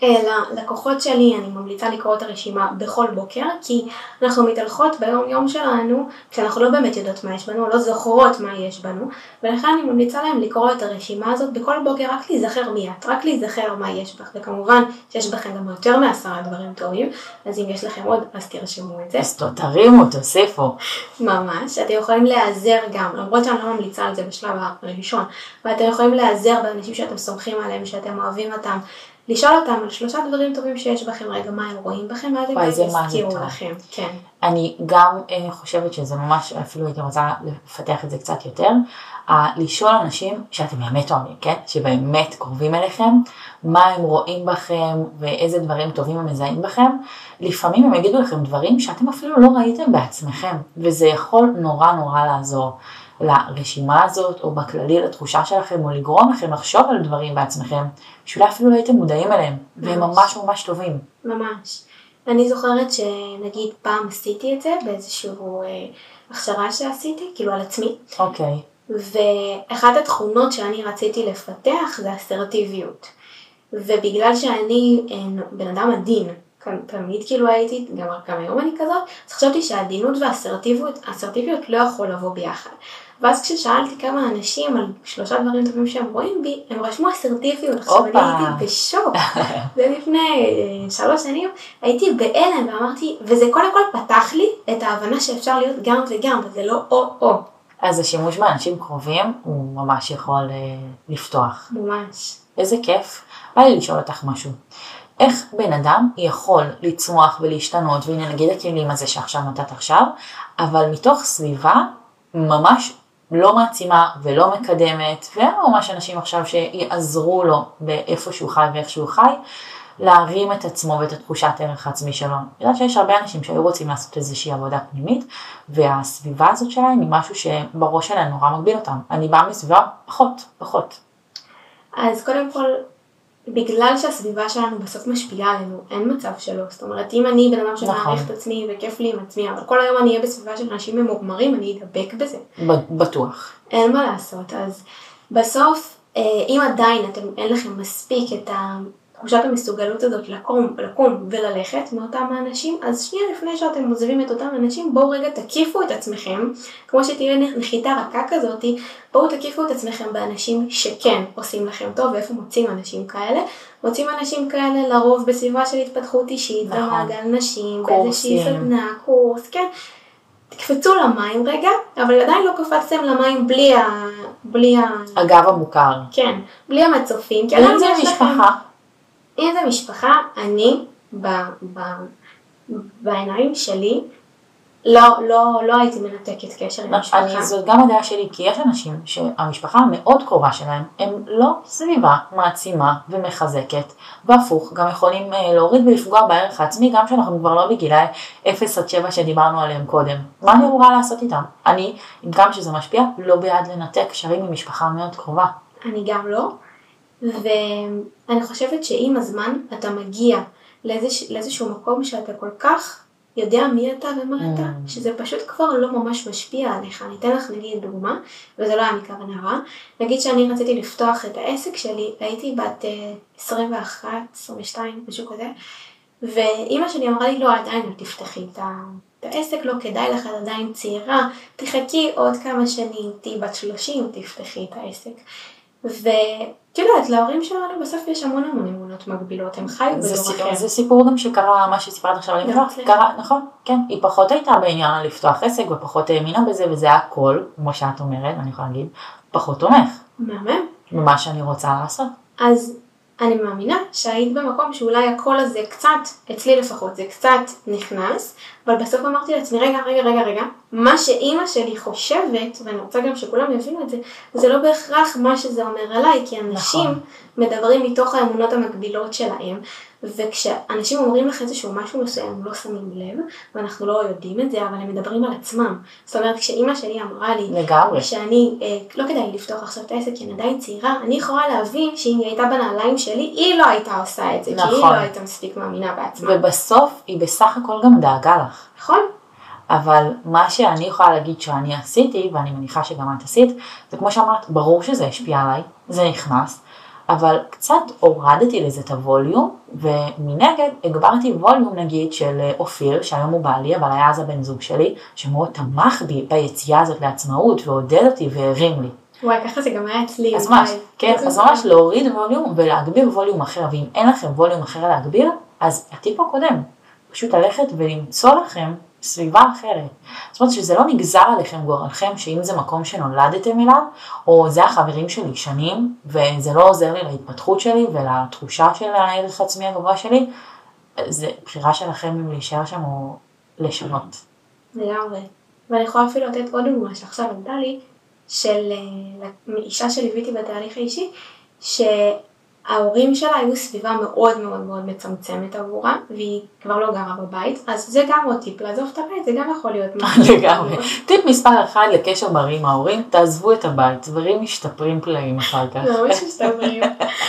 ללקוחות שלי אני ממליצה לקרוא את הרשימה בכל בוקר, כי אנחנו מתהלכות ביום יום שלנו, כשאנחנו לא באמת יודעות מה יש בנו, לא זוכרות מה יש בנו, ולכן אני ממליצה להם לקרוא את הרשימה הזאת בכל בוקר, רק להיזכר מי את, רק להיזכר מה יש בך, וכמובן שיש בכם גם יותר מ10 דברים טובים, אז אם יש לכם עוד, אז תרשמו את זה. אז תרימו, תוסיפו. ממש, אתם יכולים להיעזר גם, למרות שאני לא ממליצה על זה בשלב הראשון, ואתם יכולים להיעזר באנשים שאתם סומכים עליהם, שאתם אוהבים אותם, לשאול אותם על 3 דברים טובים שיש בכם, רגע מה הם רואים בכם, ואז הם יזכירו לכם. כן. אני גם חושבת שזה ממש, אפילו הייתי רוצה לפתח את זה קצת יותר, לשאול אנשים שאתם באמת אוהבים, כן? שבאמת קרובים אליכם, מה הם רואים בכם ואיזה דברים טובים הם מזהים בכם. לפעמים הם יגידו לכם דברים שאתם אפילו לא ראיתם בעצמכם, וזה יכול נורא לעזור לרשימה הזאת, או בכללי לתחושה שלכם, או לגרום לכם לחשוב על דברים בעצמכם, שאולי אפילו לא הייתם מודעים אליהם, והם ממש טובים. ממש. אני זוכרת שנגיד פעם עשיתי את זה, באיזשהו הכשרה שעשיתי, כאילו על עצמי. אוקיי. ואחת התכונות שאני רציתי לפתח זה אסרטיביות. ובגלל שאני בן אדם עדין, תמיד כאילו הייתי, גם היום אני כזאת, אז חשבתי שהעדינות והאסרטיביות לא יכול לבוא ביחד. ואז כששאלתי כמה אנשים על 3 דברים טובים שהם רואים בי, הם רשמו אסרטיביות. עכשיו אני הייתי בשוק. זה לפני 3 שנים, הייתי בהלם ואמרתי, וזה קודם כל פתח לי את ההבנה שאפשר להיות גם וגם, וזה לא או. אז השימוש באנשים קרובים הוא ממש יכול לפתוח. ממש. איזה כיף. בא לי לשאול אותך משהו. איך בן אדם יכול לצמוח ולהשתנות, והנה נגיד הכלים הזה שעכשיו נתת עכשיו, אבל מתוך סביבה ממש לא מעצימה ולא מקדמת, ואין ממש אנשים עכשיו שיעזרו לו באיפה שהוא חי ואיך שהוא חי, להרים את עצמו ואת התחושת ערך העצמי שלו. יודעת שיש הרבה אנשים שהיו רוצים לעשות איזושהי עבודה פנימית, והסביבה הזאת שלהם היא משהו שבראש שלהם נורא מגביל אותם. אני באה מסביבה פחות. אז קודם כל, בגלל שהסביבה שלנו בסוף משפיעה עלינו, אין מצב שלא. זאת אומרת, אם אני בן אדם שמעריך את עצמי וכיף לי עם עצמי, אבל כל היום אני אהיה בסביבה של אנשים ממוגמרים, אני אדבק בזה. בטוח. אין מה לעשות. אז בסוף, אם עדיין אין לכם מספיק את תחושת המסוגלות הזאת לקום וללכת מאותם האנשים, אז שנייה לפני שאתם עוזבים את אותם אנשים, בואו רגע תקיפו את עצמכם, כמו שתהיה נחיתה רכה כזאת, בואו תקיפו את עצמכם באנשים שכן עושים לכם טוב, ואיפה מוצאים אנשים כאלה? מוצאים אנשים כאלה לרוב בסביבה של התפתחות אישית, במעגל נשים, באיזושהי סדנה, קורס, כן. תקפצו למים רגע, אבל עדיין לא קפצתם למים בלי הגב המוכר. כן, בלי המצופים. אם זה משפחה. אם זה משפחה, אני בעיניים שלי לא הייתי מנתקת קשר עם המשפחה. זאת גם הדעה שלי, כי יש אנשים שהמשפחה המאוד קרובה שלהם, הם לא סביבה מעצימה ומחזקת, והפוך, גם יכולים להוריד ולפגוע בערך העצמי, גם שאנחנו כבר לא בגילי 0-7 שדיברנו עליהם קודם. מה אני אמורה לעשות איתם? אני, עם כמה שזה משפיע, לא בעד לנתק קשרים עם משפחה מאוד קרובה. אני גם לא. ואני חושבת שעם הזמן אתה מגיע לאיזשהו מקום שאתה כל כך יודע מי אתה ומה אתה, שזה פשוט כבר לא ממש משפיע עליך. אני אתן לך נגיד דוגמה, וזה לא היה מכוונה רע. נגיד שאני רציתי לפתוח את העסק שלי, הייתי בת 21, 22, משהו כזה, ואמא שלי אמרה לי, לא, עדיין לא תפתחי את העסק, לא כדאי לך, עדיין צעירה, תחכי עוד כמה שנים, תהי בת 30, תפתחי את העסק. ואת יודעת, להורים שלנו בסוף יש המון אמונות מגבילות, הם חיו בדור אחר. זה סיפור גם שקרה, מה שסיפרת עכשיו, קרה, נכון, כן, היא פחות הייתה בעניין לפתוח עסק, ופחות האמינה בזה, וזה הכל, כמו שאת אומרת, אני יכולה להגיד, פחות תומך. מהמם. ממה שאני רוצה לעשות. אז אני מאמינה שהיית במקום שאולי הקול הזה קצת, אצלי לפחות, זה קצת נכנס, אבל בסוף אמרתי לעצמי, רגע, מה שאימא שלי חושבת, ואני רוצה גם שכולם יבינו את זה, זה לא בהכרח מה שזה אומר עליי, כי אנשים מדברים מתוך האמונות המקבילות שלהם, וכשאנשים אומרים לך איזשהו משהו מסוים, הם לא שמים לב, ואנחנו לא יודעים את זה, אבל הם מדברים על עצמם. זאת אומרת, כשאימא שלי אמרה לי, שאני לא כדאי לפתוח עכשיו את העסק, כי אני עדיין צעירה, אני יכולה להבין שאם היא הייתה בנעליים שלי, היא לא הייתה עושה את זה, כי היא לא הייתה מספיק מאמינה בעצמה. ובסוף היא בסך הכל גם דאגה לך. נכון. אבל מה שאני יכולה להגיד שאני עשיתי, ואני מניחה שגם את עשית, זה כמו שאמרת, ברור שזה השפיע עליי, זה נכנס, אבל קצת הורדתי לזה את הווליום, ומנגד הגברתי ווליום נגיד של אופיר, שהיום הוא בעלי, אבל היה אז הבן זוג שלי, שמאוד תמך בי ביציאה הזאת לעצמאות, ועודד אותי והרים לי. וואי, ככה זה גם היה אצלי. אז ממש, כן, אז ממש להוריד ווליום ולהגביר ווליום אחר, ואם אין לכם ווליום אחר להגביר, אז הטיפ הקודם, פשוט ללכת ולמצוא לכם סביבה אחרת. זאת אומרת שזה לא נגזר עליכם גורלכם, שאם זה מקום שנולדתם אליו, או זה החברים שלי שנים, וזה לא עוזר לי להתפתחות שלי ולתחושה של הערך עצמי הגבוה שלי, זה בחירה שלכם אם להישאר שם או לשנות. לגמרי. ואני יכולה אפילו לתת עוד דוגמה שעכשיו עמדה לי, של אישה שליוויתי בתהליך האישי, ההורים שלה היו סביבה מאוד מאוד מאוד מצמצמת עבורה, והיא כבר לא גרה בבית, אז זה גם עוד טיפ, לעזוב את הבית, זה גם יכול להיות משהו. לגמרי. טיפ מספר 1 לקשר בריא עם ההורים, תעזבו את הבית, דברים משתפרים פלאים אחר כך. ממש משתפרים.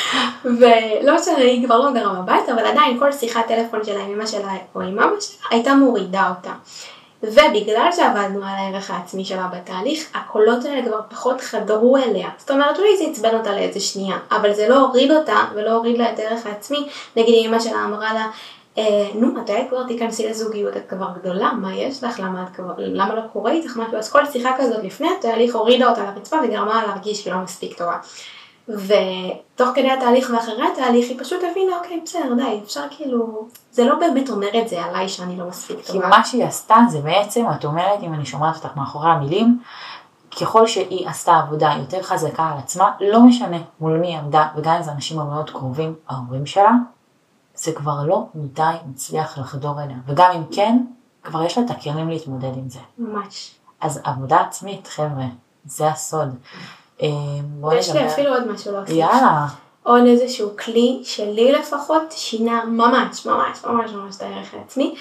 ולא משנה, היא כבר לא גרה בבית, אבל עדיין כל שיחת טלפון שלה עם אמא שלה או עם אבא שלה, הייתה מורידה אותה. ובגלל שעבדנו על הערך העצמי שלה בתהליך, הקולות האלה כבר פחות חדרו אליה. זאת אומרת, אולי זה יצבן אותה לאיזה שנייה, אבל זה לא הוריד אותה ולא הוריד לה את הערך העצמי. נגיד אמא שלה אמרה לה, נו, מתי כבר תיכנסי לזוגיות, את כבר גדולה, מה יש לך, למה לא קורה איתך משהו, אז כל שיחה כזאת לפני התהליך הורידה אותה לרצפה וגרמה להרגיש שהיא לא מספיק טובה. ותוך כדי התהליך ואחרי התהליך היא פשוט הבינה, אוקיי, בסדר, די, אפשר כאילו, זה לא באמת אומר את זה עליי שאני לא מספיק טובה. כי מה שהיא עשתה זה בעצם, את אומרת, אם אני שומעת אותך מאחורי המילים, ככל שהיא עשתה עבודה יותר חזקה על עצמה, לא משנה מול מי עמדה, וגם אם זה אנשים המאוד קרובים, ההורים שלה, זה כבר לא מדי מצליח לחדור אליה. וגם אם כן, כבר יש לה את הכלים להתמודד עם זה. ממש. אז עבודה עצמית, חבר'ה, זה הסוד. ויש לי אפילו עוד משהו להוסיף. יאללה. עוד איזשהו כלי שלי לפחות שינה ממש את הערך העצמי.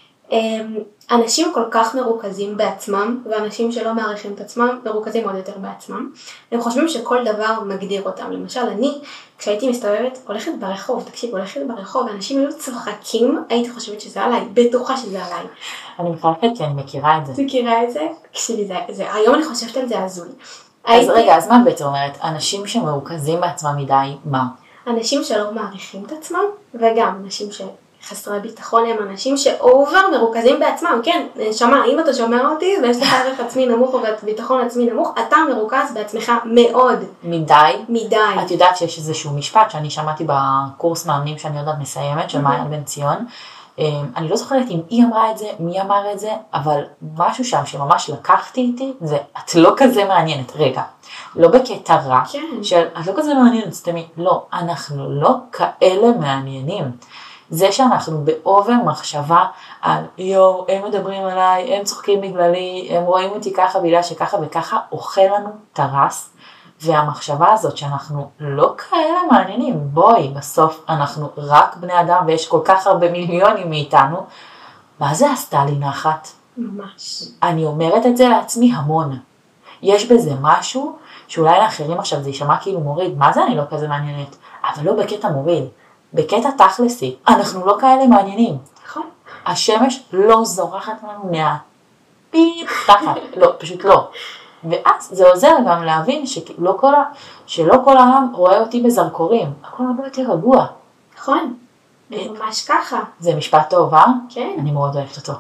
אנשים כל כך מרוכזים בעצמם, ואנשים שלא מעריכים את עצמם מרוכזים עוד יותר בעצמם. הם חושבים שכל דבר מגדיר אותם. למשל, אני, כשהייתי מסתובבת, הולכת ברחוב, ואנשים היו צוחקים, הייתי חושבת שזה עליי, בטוחה שזה עליי. אני מחלקת כי אני מכירה את זה. מכירה את זה? היום אני חושבת על זה הזוי. אז רגע, אז מה את בעצם אומרת? אנשים שמרוכזים בעצמם מדי, מה? אנשים שלא מעריכים את עצמם, וגם אנשים שחסרי ביטחון הם אנשים שאובר מרוכזים בעצמם. כן, נשמה, אם אתה שומע אותי ויש לך ערך עצמי נמוך וביטחון עצמי נמוך, אתה מרוכז בעצמך מאוד. מדי? את יודעת שיש איזשהו משפט שאני שמעתי בקורס מאמנים שאני יודעת מסיימת, של מעיין בן ציון. אני לא זוכרת אם היא אמרה את זה, מי אמר את זה, אבל משהו שם שממש לקחתי איתי, זה את לא כזה מעניינת, רגע, לא בקטע רע, של את לא כזה מעניינת, סתמי, לא, אנחנו לא כאלה מעניינים. זה שאנחנו באובר מחשבה על יו, הם מדברים עליי, הם צוחקים בגללי, הם רואים אותי ככה בגלל שככה וככה, אוכל לנו תרס, והמחשבה הזאת שאנחנו לא כאלה מעניינים, בואי, בסוף אנחנו רק בני אדם ויש כל כך הרבה מיליונים מאיתנו, מה זה עשתה לי נחת? ממש. אני אומרת את זה לעצמי המון. יש בזה משהו שאולי לאחרים עכשיו זה יישמע כאילו מוריד, מה זה אני לא כזה מעניינת? אבל לא בקטע מוריד, בקטע תכלסי, אנחנו לא כאלה מעניינים. נכון. השמש לא זורחת לנו פיפ תחת, לא, פשוט לא. ואז זה עוזר גם להבין שלא כל העם רואה אותי בזרקורים, הכל הרבה יותר רגוע. נכון, ממש ככה. זה משפט טוב, אה? כן. אני מאוד אוהבת אותו.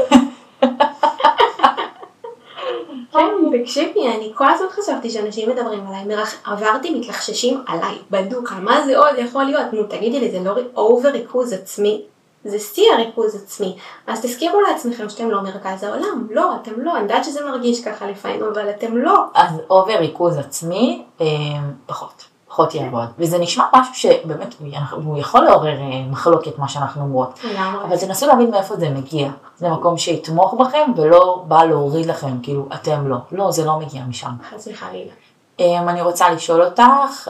כן, תקשיבי, אני כל הזמן חשבתי שאנשים מדברים עליי, עברתי מתלחששים עליי, בדוק, מה זה עוד יכול להיות? נו, תגידי לי, זה לא אובר ריכוז עצמי? זה שיא הריכוז עצמי, אז תזכירו לעצמכם שאתם לא מרכז העולם, לא, אתם לא, אני יודעת שזה מרגיש ככה לפעמים, אבל אתם לא. אז אובר ריכוז עצמי, פחות יעבוד, וזה נשמע משהו שבאמת הוא יכול לעורר מחלוקת מה שאנחנו אומרות, אבל תנסו להבין מאיפה זה מגיע, זה מקום שיתמוך בכם ולא בא להוריד לכם, כאילו אתם לא, זה לא מגיע משם. חס וחלילה. אני רוצה לשאול אותך,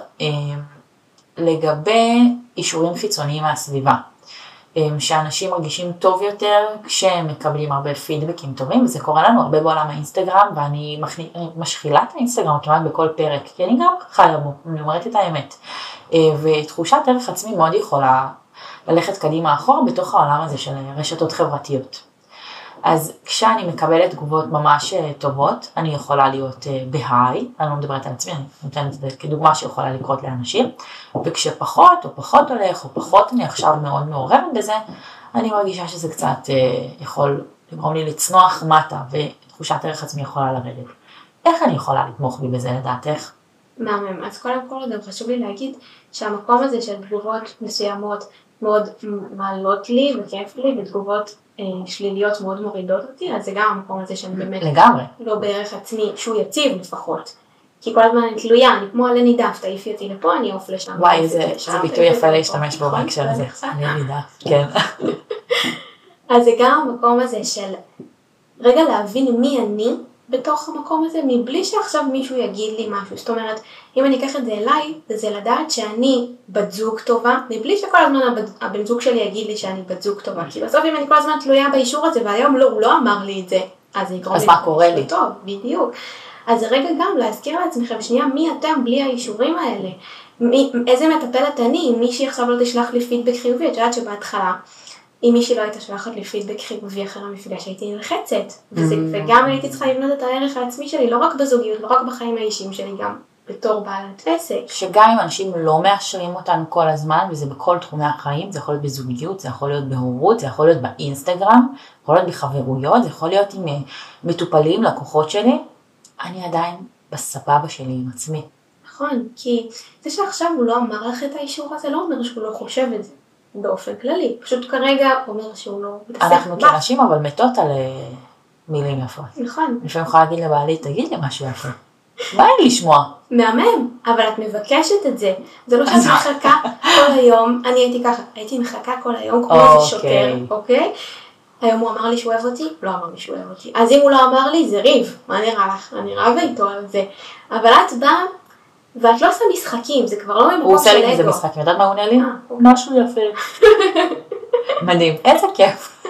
לגבי אישורים חיצוניים מהסביבה, שאנשים מרגישים טוב יותר כשהם מקבלים הרבה פידבקים טובים, וזה קורה לנו הרבה בעולם האינסטגרם, ואני משחילה את האינסטגרם כמעט בכל פרק, כי אני גם חיה בו, אני אומרת את האמת. ותחושת ערך עצמי מאוד יכולה ללכת קדימה אחורה בתוך העולם הזה של רשתות חברתיות. אז כשאני מקבלת תגובות ממש טובות, אני יכולה להיות בהיי, אני לא מדברת על עצמי, אני נותנת את זה כדוגמה שיכולה לקרות לאנשים, וכשפחות או פחות הולך או פחות אני עכשיו מאוד מעורבת בזה, אני מרגישה שזה קצת יכול לגרום לי לצנוח מטה, ותחושת ערך עצמי יכולה לרדת. איך אני יכולה לתמוך בי בזה לדעתך? מהמם, אז קודם כל גם חשוב לי להגיד שהמקום הזה של תגובות מסוימות מאוד מעלות לי וכיף לי, ותגובות שליליות מאוד מורידות אותי, אז זה גם המקום הזה שאני באמת לגמרי. לא בערך עצמי, שהוא יציב לפחות. כי כל הזמן אני תלויה, אני כמו עלה נידף, תעיפי אותי לפה, אני אוף לשם. וואי, זה ביטוי יפה להשתמש בו בהקשר הזה. עלה נידף, כן. אז זה גם המקום הזה של רגע להבין מי אני בתוך המקום הזה, מבלי שעכשיו מישהו יגיד לי משהו. זאת אומרת, אם אני אקח את זה אליי, זה לדעת שאני בת זוג טובה, מבלי שכל הזמן הבן זוג שלי יגיד לי שאני בת זוג טובה. כי בסוף אם אני כל הזמן תלויה באישור הזה, והיום לא, הוא לא אמר לי את זה, אז זה יקרוא לי. אז מה קורה לי? טוב, בדיוק. אז זה רגע גם להזכיר לעצמכם, שנייה, מי אתם בלי האישורים האלה? איזה מטפלת אני, אם מישהי עכשיו לא תשלח לי פידבק חיובי, את יודעת שבהתחלה, אם מישהי לא הייתה שלחת לי פידבק חיובי אחרי המפגש, הייתי נלחצת. וגם הייתי צריכה לבנות את הערך העצמי שלי, לא רק בזוגיות, לא רק בחיים האישיים שלי, גם בתור בעלת עסק. שגם אם אנשים לא מאשרים אותנו כל הזמן, וזה בכל תחומי החיים, זה יכול להיות בזוגיות, זה יכול להיות בהורות, זה יכול להיות באינסטגרם, זה יכול להיות בחברויות, זה יכול להיות עם מטופלים, לקוחות שלי, אני עדיין בסבבה שלי עם עצמי. נכון, כי זה שעכשיו הוא לא אמר לך את האישור הזה, לא אומר שהוא לא חושב את זה באופן כללי. פשוט כרגע הוא אומר שהוא לא מתעסק. אנחנו כנשים אבל מתות על מילים יפות. נכון. לפעמים יכולה להגיד לבעלי, תגיד לי משהו יפה. מה אין לשמוע? מהמם, אבל את מבקשת את זה. זה לא שאת מחכה כל היום, אני הייתי מחכה כל היום כמו איזה שוטר, אוקיי? היום הוא אמר לי שהוא אוהב אותי? לא אמר לי שהוא אוהב אותי. אז אם הוא לא אמר לי, זה ריב. מה נראה לך? אני רבה איתו על זה. אבל את באה, ואת לא עושה משחקים, זה כבר לא ממקום של אגו. הוא עושה לי איזה משחקים, יודעת מה הוא עונה לי? משהו יפה. מדהים, איזה כיף.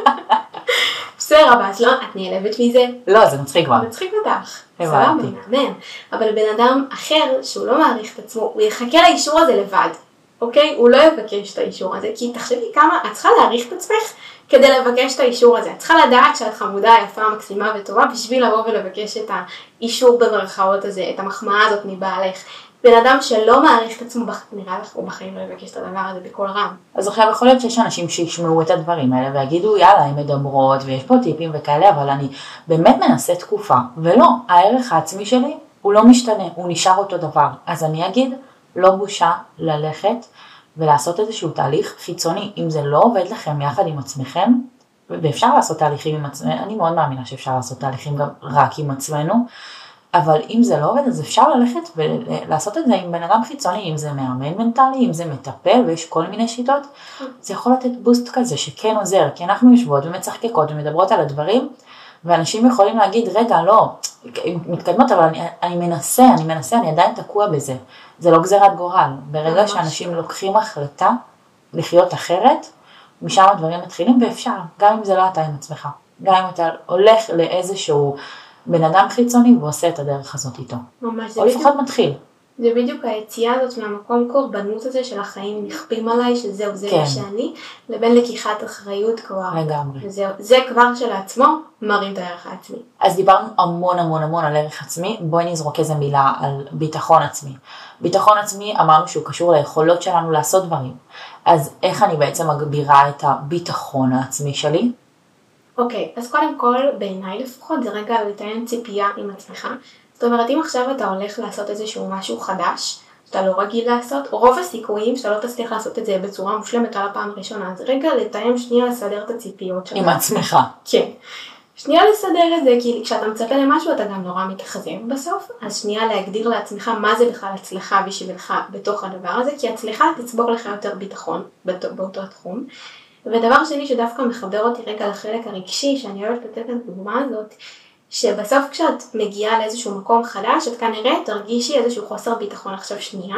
בסדר, אבל את נעלבת מזה? לא, זה מצחיק כבר. מצחיק בטח. סבבה, מאמן. אבל בן אדם אחר שהוא לא מעריך את עצמו, הוא יחכה לאישור הזה לבד. אוקיי? הוא לא יבקש את האישור הזה, כי תחשבי כמה, את צריכה להעריך את עצמך כדי לבקש את האישור הזה. את צריכה לדעת שאת חמודה, יפה, מקסימה וטובה, בשביל לבוא ולבקש את האישור במרכאות הזה, את המחמאה הזאת מבעלך. בן אדם שלא מעריך את עצמו, נראה לך, הוא בחיים לא יבקש את הדבר הזה בכל רם. אז עכשיו יכול להיות שיש אנשים שישמעו את הדברים האלה ויגידו יאללה, הן מדברות ויש פה טיפים וכאלה, אבל אני באמת מנסה תקופה. ולא, הערך העצמי שלי הוא לא משתנה, הוא נשאר אותו דבר. אז אני אגיד, לא בושה ללכת ולעשות איזשהו תהליך חיצוני. אם זה לא עובד לכם יחד עם עצמכם, ואפשר לעשות תהליכים עם עצמנו, אני מאוד מאמינה שאפשר לעשות תהליכים גם רק עם עצמנו, אבל אם זה לא עובד, אז אפשר ללכת ולעשות את זה עם בן אדם חיצוני, אם זה מאמן מנטלי, אם זה מטפל, ויש כל מיני שיטות, זה יכול לתת בוסט כזה שכן עוזר, כי אנחנו יושבות ומצחקקות ומדברות על הדברים, ואנשים יכולים להגיד, רגע, לא, מתקדמות, אבל אני מנסה, אני עדיין תקוע בזה. זה לא גזירת גורל. ברגע שאנשים לוקחים החלטה לחיות אחרת, משם הדברים מתחילים, ואפשר, גם אם זה לא אתה עם עצמך. גם אם אתה הולך לאיזשהו בן אדם חיצוני ועושה את הדרך הזאת איתו. ממש, או לפחות מתחיל. זה בדיוק היציאה הזאת מהמקום קורבנות הזה של החיים נכפים עליי, שזהו זה מה שאני, לבין לקיחת אחריות כבר. לגמרי. זה כבר שלעצמו מרים את הערך העצמי. אז דיברנו המון על ערך עצמי, בואי נזרוק איזה מילה על ביטחון עצמי. ביטחון עצמי אמרנו שהוא קשור ליכולות שלנו לעשות דברים. אז איך אני בעצם מגבירה את הביטחון העצמי שלי? אוקיי, אז קודם כל, בעיניי לפחות, זה רגע לתאם ציפייה עם עצמך. זאת אומרת, אם עכשיו אתה הולך לעשות איזשהו משהו חדש, שאתה לא רגיל לעשות, רוב הסיכויים שאתה לא תצליח לעשות את זה בצורה מושלמת על הפעם הראשונה, אז רגע לתאם שנייה לסדר את הציפיות שלך. עם עצמך. כן. שנייה לסדר את זה, כי כשאתה מצפה למשהו אתה גם נורא מתאכזב בסוף, אז שנייה להגדיר לעצמך מה זה בכלל הצלחה בשבילך בתוך הדבר הזה, כי הצלחה תצבור לך יותר ביטחון באותו התחום. ודבר שני שדווקא מחבר אותי רגע לחלק הרגשי, שאני אוהבת לתת את הדוגמה הזאת, שבסוף כשאת מגיעה לאיזשהו מקום חדש, את כנראה תרגישי איזשהו חוסר ביטחון עכשיו שנייה.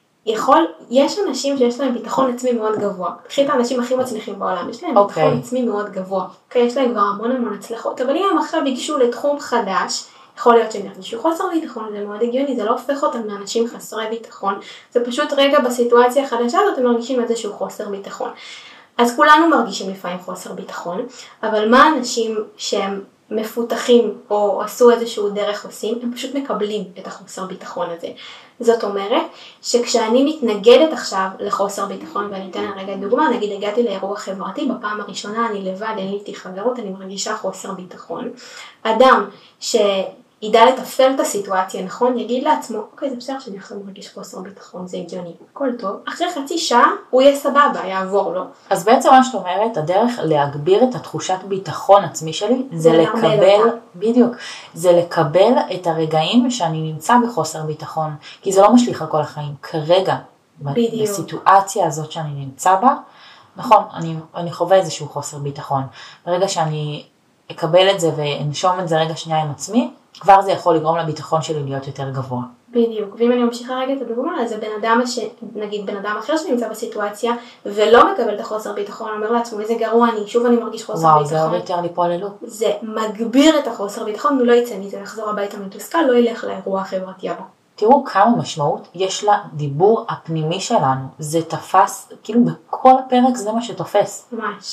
יש אנשים שיש להם ביטחון עצמי מאוד גבוה. קחי את האנשים הכי מצליחים בעולם, יש להם ביטחון עצמי מאוד גבוה. יש להם כבר המון הצלחות, אבל אם הם עכשיו הגישו לתחום חדש, יכול להיות שהם ירגישו חוסר ביטחון, זה מאוד הגיוני, זה לא הופך אותם לאנשים חסרי ביטחון, זה פשוט רגע בסיטואציה החדשה הזאת הם מרגישים איזשהו חוסר ביטחון. אז כולנו מרגישים לפעמים חוסר ביטחון, אבל מה אנשים שהם מפותחים או עשו איזשהו דרך עושים, הם פשוט מקבלים את החוסר ביטחון הזה. זאת אומרת שכשאני מתנגדת עכשיו לחוסר ביטחון, ואני אתן רגע דוגמה, נגיד הגעתי לאירוע חברתי, בפעם הראשונה אני לבד, אין לי איתי חברות, אני מרגישה חוסר ביטחון. אדם שידע לתפעל את הסיטואציה, נכון, יגיד לעצמו, אוקיי, זה בסדר שאני עכשיו מרגיש חוסר ביטחון, זה הגיוני, הכל טוב, אחרי חצי שעה הוא יהיה סבבה, יעבור לו. אז בעצם מה שאת אומרת, הדרך להגביר את התחושת ביטחון עצמי שלי, זה לקבל, בדיוק, זה לקבל את הרגעים שאני נמצא בחוסר ביטחון, כי זה לא משליך על כל החיים, כרגע, בסיטואציה הזאת שאני נמצא בה, נכון, אני חווה איזשהו חוסר ביטחון, ברגע שאני אקבל את זה ואנשום את זה רגע שנייה עם עצמי, כבר זה יכול לגרום לביטחון שלי להיות יותר גבוה. בדיוק, ואם אני ממשיכה רגע את הדוגמה, אז זה נגיד בן אדם אחר שנמצא בסיטואציה, ולא מקבל את החוסר ביטחון, אומר לעצמו, איזה גרוע אני מרגיש חוסר ביטחון. וואו, זה עוד יותר ליפול ללופ. זה מגביר את החוסר ביטחון, הוא לא יצא מזה, לחזור הביתה מתוסכל, לא ילך לאירוע החברתי הבא. תראו כמה משמעות יש לדיבור הפנימי שלנו, זה תפס, כאילו בכל הפרק זה מה שתופס. ממש.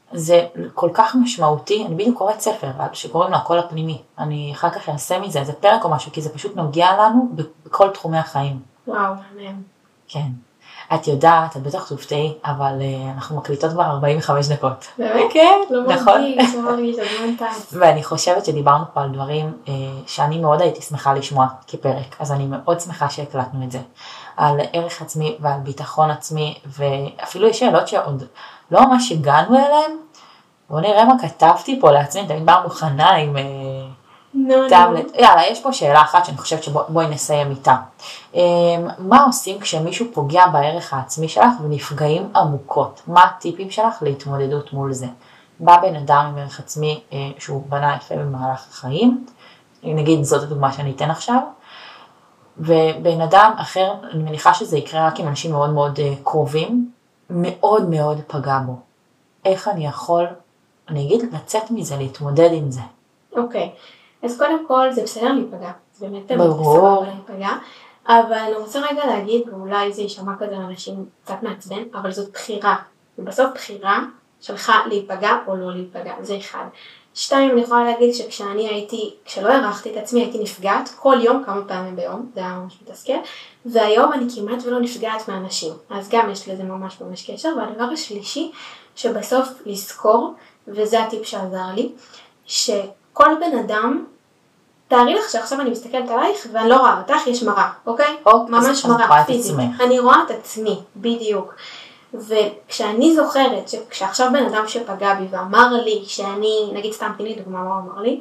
זה כל כך משמעותי, אני בדיוק קוראת ספר שקוראים לו הקול הפנימי, אני אחר כך אעשה מזה, זה פרק או משהו, כי זה פשוט נוגע לנו בכל תחומי החיים. וואו, מעניין. כן. את יודעת, את בטח תופתעי, אבל אנחנו מקליטות כבר 45 דקות. באמת? כן, לא נכון. מרגיש, הזמן טס. ואני חושבת שדיברנו פה על דברים שאני מאוד הייתי שמחה לשמוע כפרק, אז אני מאוד שמחה שהקלטנו את זה. על ערך עצמי ועל ביטחון עצמי, ואפילו יש שאלות שעוד לא ממש הגענו אליהן. בואו נראה מה כתבתי פה לעצמי, תמיד באה מוכנה עם טאבלט. יאללה, יש פה שאלה אחת שאני חושבת שבואי נסיים איתה. מה עושים כשמישהו פוגע בערך העצמי שלך ונפגעים עמוקות? מה הטיפים שלך להתמודדות מול זה? בא בן אדם עם ערך עצמי שהוא בנה יפה במהלך החיים, נגיד זאת הדוגמה שאני אתן עכשיו, ובן אדם אחר, אני מניחה שזה יקרה רק עם אנשים מאוד מאוד קרובים, מאוד מאוד פגע בו. איך אני יכול, אני אגיד, לצאת מזה, להתמודד עם זה? אוקיי, אז קודם כל זה בסדר להיפגע, זה באמת ברור. בסדר להיפגע, אבל אני רוצה רגע להגיד, ואולי זה יישמע כזה לאנשים קצת מעצבן, אבל זאת בחירה, ובסוף בחירה שלך להיפגע או לא להיפגע, זה אחד. שתיים, אני יכולה להגיד כשלא ערכתי את עצמי הייתי נפגעת כל יום כמה פעמים ביום, זה היה ממש מתסכל, והיום אני כמעט ולא נפגעת מאנשים, אז גם יש לזה ממש ממש קשר. והדבר השלישי, שבסוף לזכור, וזה הטיפ שעזר לי, שכל בן אדם, תארי לך שעכשיו אני מסתכלת עלייך ואני לא רואה אותך, יש מראה, אוקיי? ממש מראה פיזית. אני רואה את עצמי, בדיוק. וכשאני זוכרת שכשעכשיו בן אדם שפגע בי ואמר לי שאני, נגיד סתם תני לי דוגמה מה הוא אמר לי.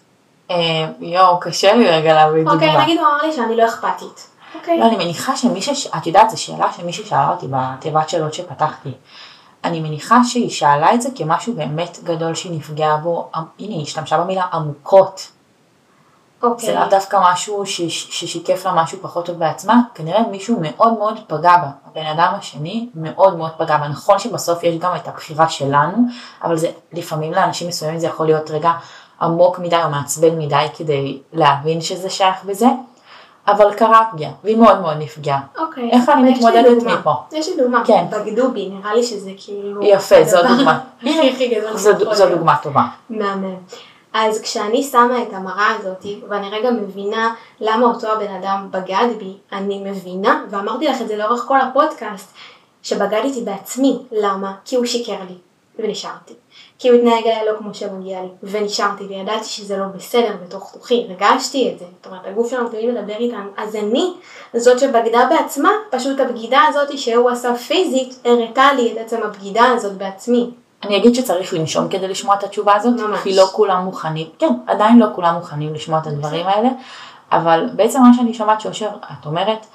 קשה לי רגע להביא דוגמה. אוקיי, נגיד הוא אמר לי שאני לא אכפתית. לא, אני מניחה את יודעת, זו שאלה שמישהי שאלה אותי בתיבת שאלות שפתחתי. אני מניחה שהיא שאלה את זה כמשהו באמת גדול שהיא נפגעה בו, הנה היא השתמשה במילה עמוקות. זה לא דווקא משהו ששיקף לה משהו פחות טוב בעצמה, כנראה מישהו מאוד מאוד פגע בה, הבן אדם השני מאוד מאוד פגע בה. נכון שבסוף יש גם את הבחירה שלנו, אבל זה לפעמים לאנשים מסוימים זה יכול להיות רגע עמוק מדי או מעצבן מדי כדי להבין שזה שייך בזה, אבל קרה פגיעה, והיא מאוד מאוד נפגעה. אוקיי. איך אני מתמודדת מפה? יש לי דוגמה, כן. בגדו בי, נראה לי שזה כאילו... יפה, זו דוגמה. הכי גדול. זו דוגמה טובה. מהמם. אז כשאני שמה את המראה הזאת, ואני רגע מבינה למה אותו הבן אדם בגד בי, אני מבינה, ואמרתי לך את זה לאורך כל הפודקאסט, שבגדתי בעצמי. למה? כי הוא שיקר לי, ונשארתי. כי הוא התנהג אליי לא כמו שמגיע לי, ונשארתי, וידעתי שזה לא בסדר בתוך תוכי, הרגשתי את זה. זאת אומרת, הגוף שלנו תמיד מדבר איתנו, אז אני, זאת שבגדה בעצמה, פשוט הבגידה הזאת שהוא עשה פיזית, הראתה לי את עצם הבגידה הזאת בעצמי. אני אגיד שצריך לנשום כדי לשמוע את התשובה הזאת, ממש. כי לא כולם מוכנים, כן, עדיין לא כולם מוכנים לשמוע את הדברים האלה, אבל בעצם מה שאני שומעת שאושר, את אומרת,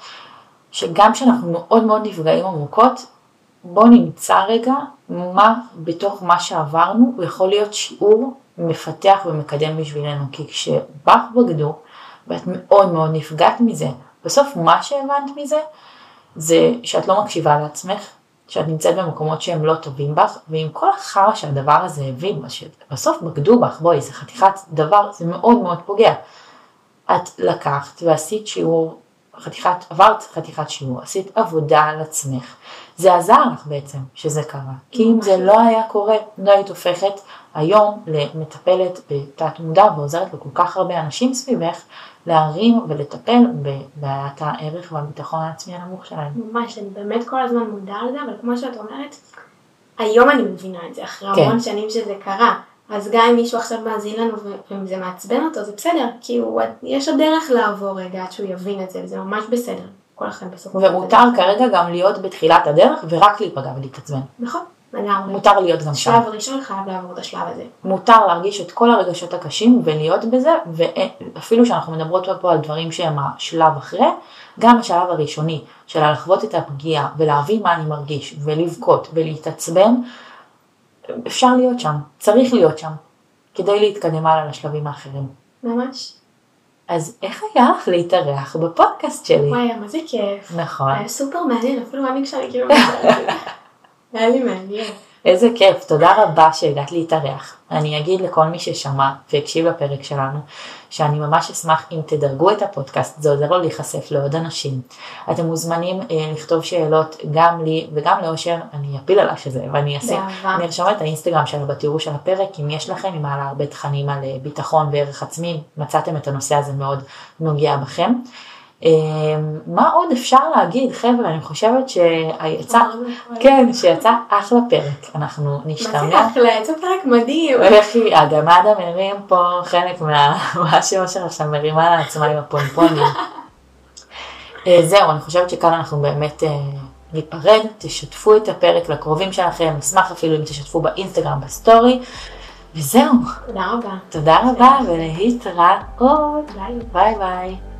שגם שאנחנו מאוד מאוד נפגעים עמוקות, בוא נמצא רגע מה בתוך מה שעברנו, הוא יכול להיות שיעור מפתח ומקדם בשבילנו, כי כשבך בגדו, ואת מאוד מאוד נפגעת מזה, בסוף מה שהבנת מזה, זה שאת לא מקשיבה לעצמך, שאת נמצאת במקומות שהם לא טובים בך, ועם כל החרא שהדבר הזה הביא, בסוף בגדו בך, בואי, זה חתיכת דבר, זה מאוד מאוד פוגע. את לקחת ועשית שיעור, עברת חתיכת שיעור, עשית עבודה על עצמך. זה עזר לך בעצם שזה קרה, כי אם זה לא היה קורה, לא היית הופכת היום למטפלת בתת מודע, ועוזרת לכל כך הרבה אנשים סביבך, להרים ולטפל בבעיית הערך והביטחון העצמי הנמוך שלהם. ממש, אני באמת כל הזמן מודע על זה, אבל כמו שאת אומרת, היום אני מבינה את זה, אחרי המון שנים שזה קרה. אז גם אם מישהו עכשיו מאזין לנו ואם זה מעצבן אותו, זה בסדר, כי יש עוד דרך לעבור רגע עד שהוא יבין את זה, וזה ממש בסדר. כל אחד בסוף. ומותר כרגע גם להיות בתחילת הדרך, ורק להיפגע ולהתעצבן. נכון. לגמרי. מותר להיות גם שם. השלב הראשון חייב לעבור את השלב הזה. מותר להרגיש את כל הרגשות הקשים ולהיות בזה, ואפילו שאנחנו מדברות פה על דברים שהם השלב אחרי, גם השלב הראשוני של לחוות את הפגיעה ולהבין מה אני מרגיש ולבכות ולהתעצבן, אפשר להיות שם, צריך להיות שם, כדי להתקדם הלאה לשלבים האחרים. ממש. אז איך היה לך להתארח בפודקאסט שלי? וואי, מה זה כיף. נכון. היה סופר מעניין, אפילו אני כשאני כאילו מדברת. היה לי מעניין. איזה כיף, תודה רבה שהגעת להתארח. אני אגיד לכל מי ששמע והקשיב לפרק שלנו, שאני ממש אשמח אם תדרגו את הפודקאסט, זה עוזר לו להיחשף לעוד אנשים. אתם מוזמנים לכתוב שאלות גם לי וגם לאושר, אני אפיל עליו שזה, ואני ארשום את האינסטגרם שלנו בתיאור של הפרק, אם יש לכם, אם מעלה הרבה תכנים על ביטחון וערך עצמי, מצאתם את הנושא הזה מאוד נוגע בכם. מה עוד אפשר להגיד, חבר'ה? אני חושבת שיצא אחלה פרק, אנחנו נשתמע. מה זה אחלה? יצא פרק מדהים. וכי אדם מרים פה חלק מה שאושר עכשיו מרימה לעצמה עם הפונפונים. זהו, אני חושבת שכאן אנחנו באמת ניפרד, תשתפו את הפרק לקרובים שלכם, נשמח אפילו אם תשתפו באינסטגרם, בסטורי, וזהו. תודה רבה. תודה רבה ולהתראות. ביי ביי.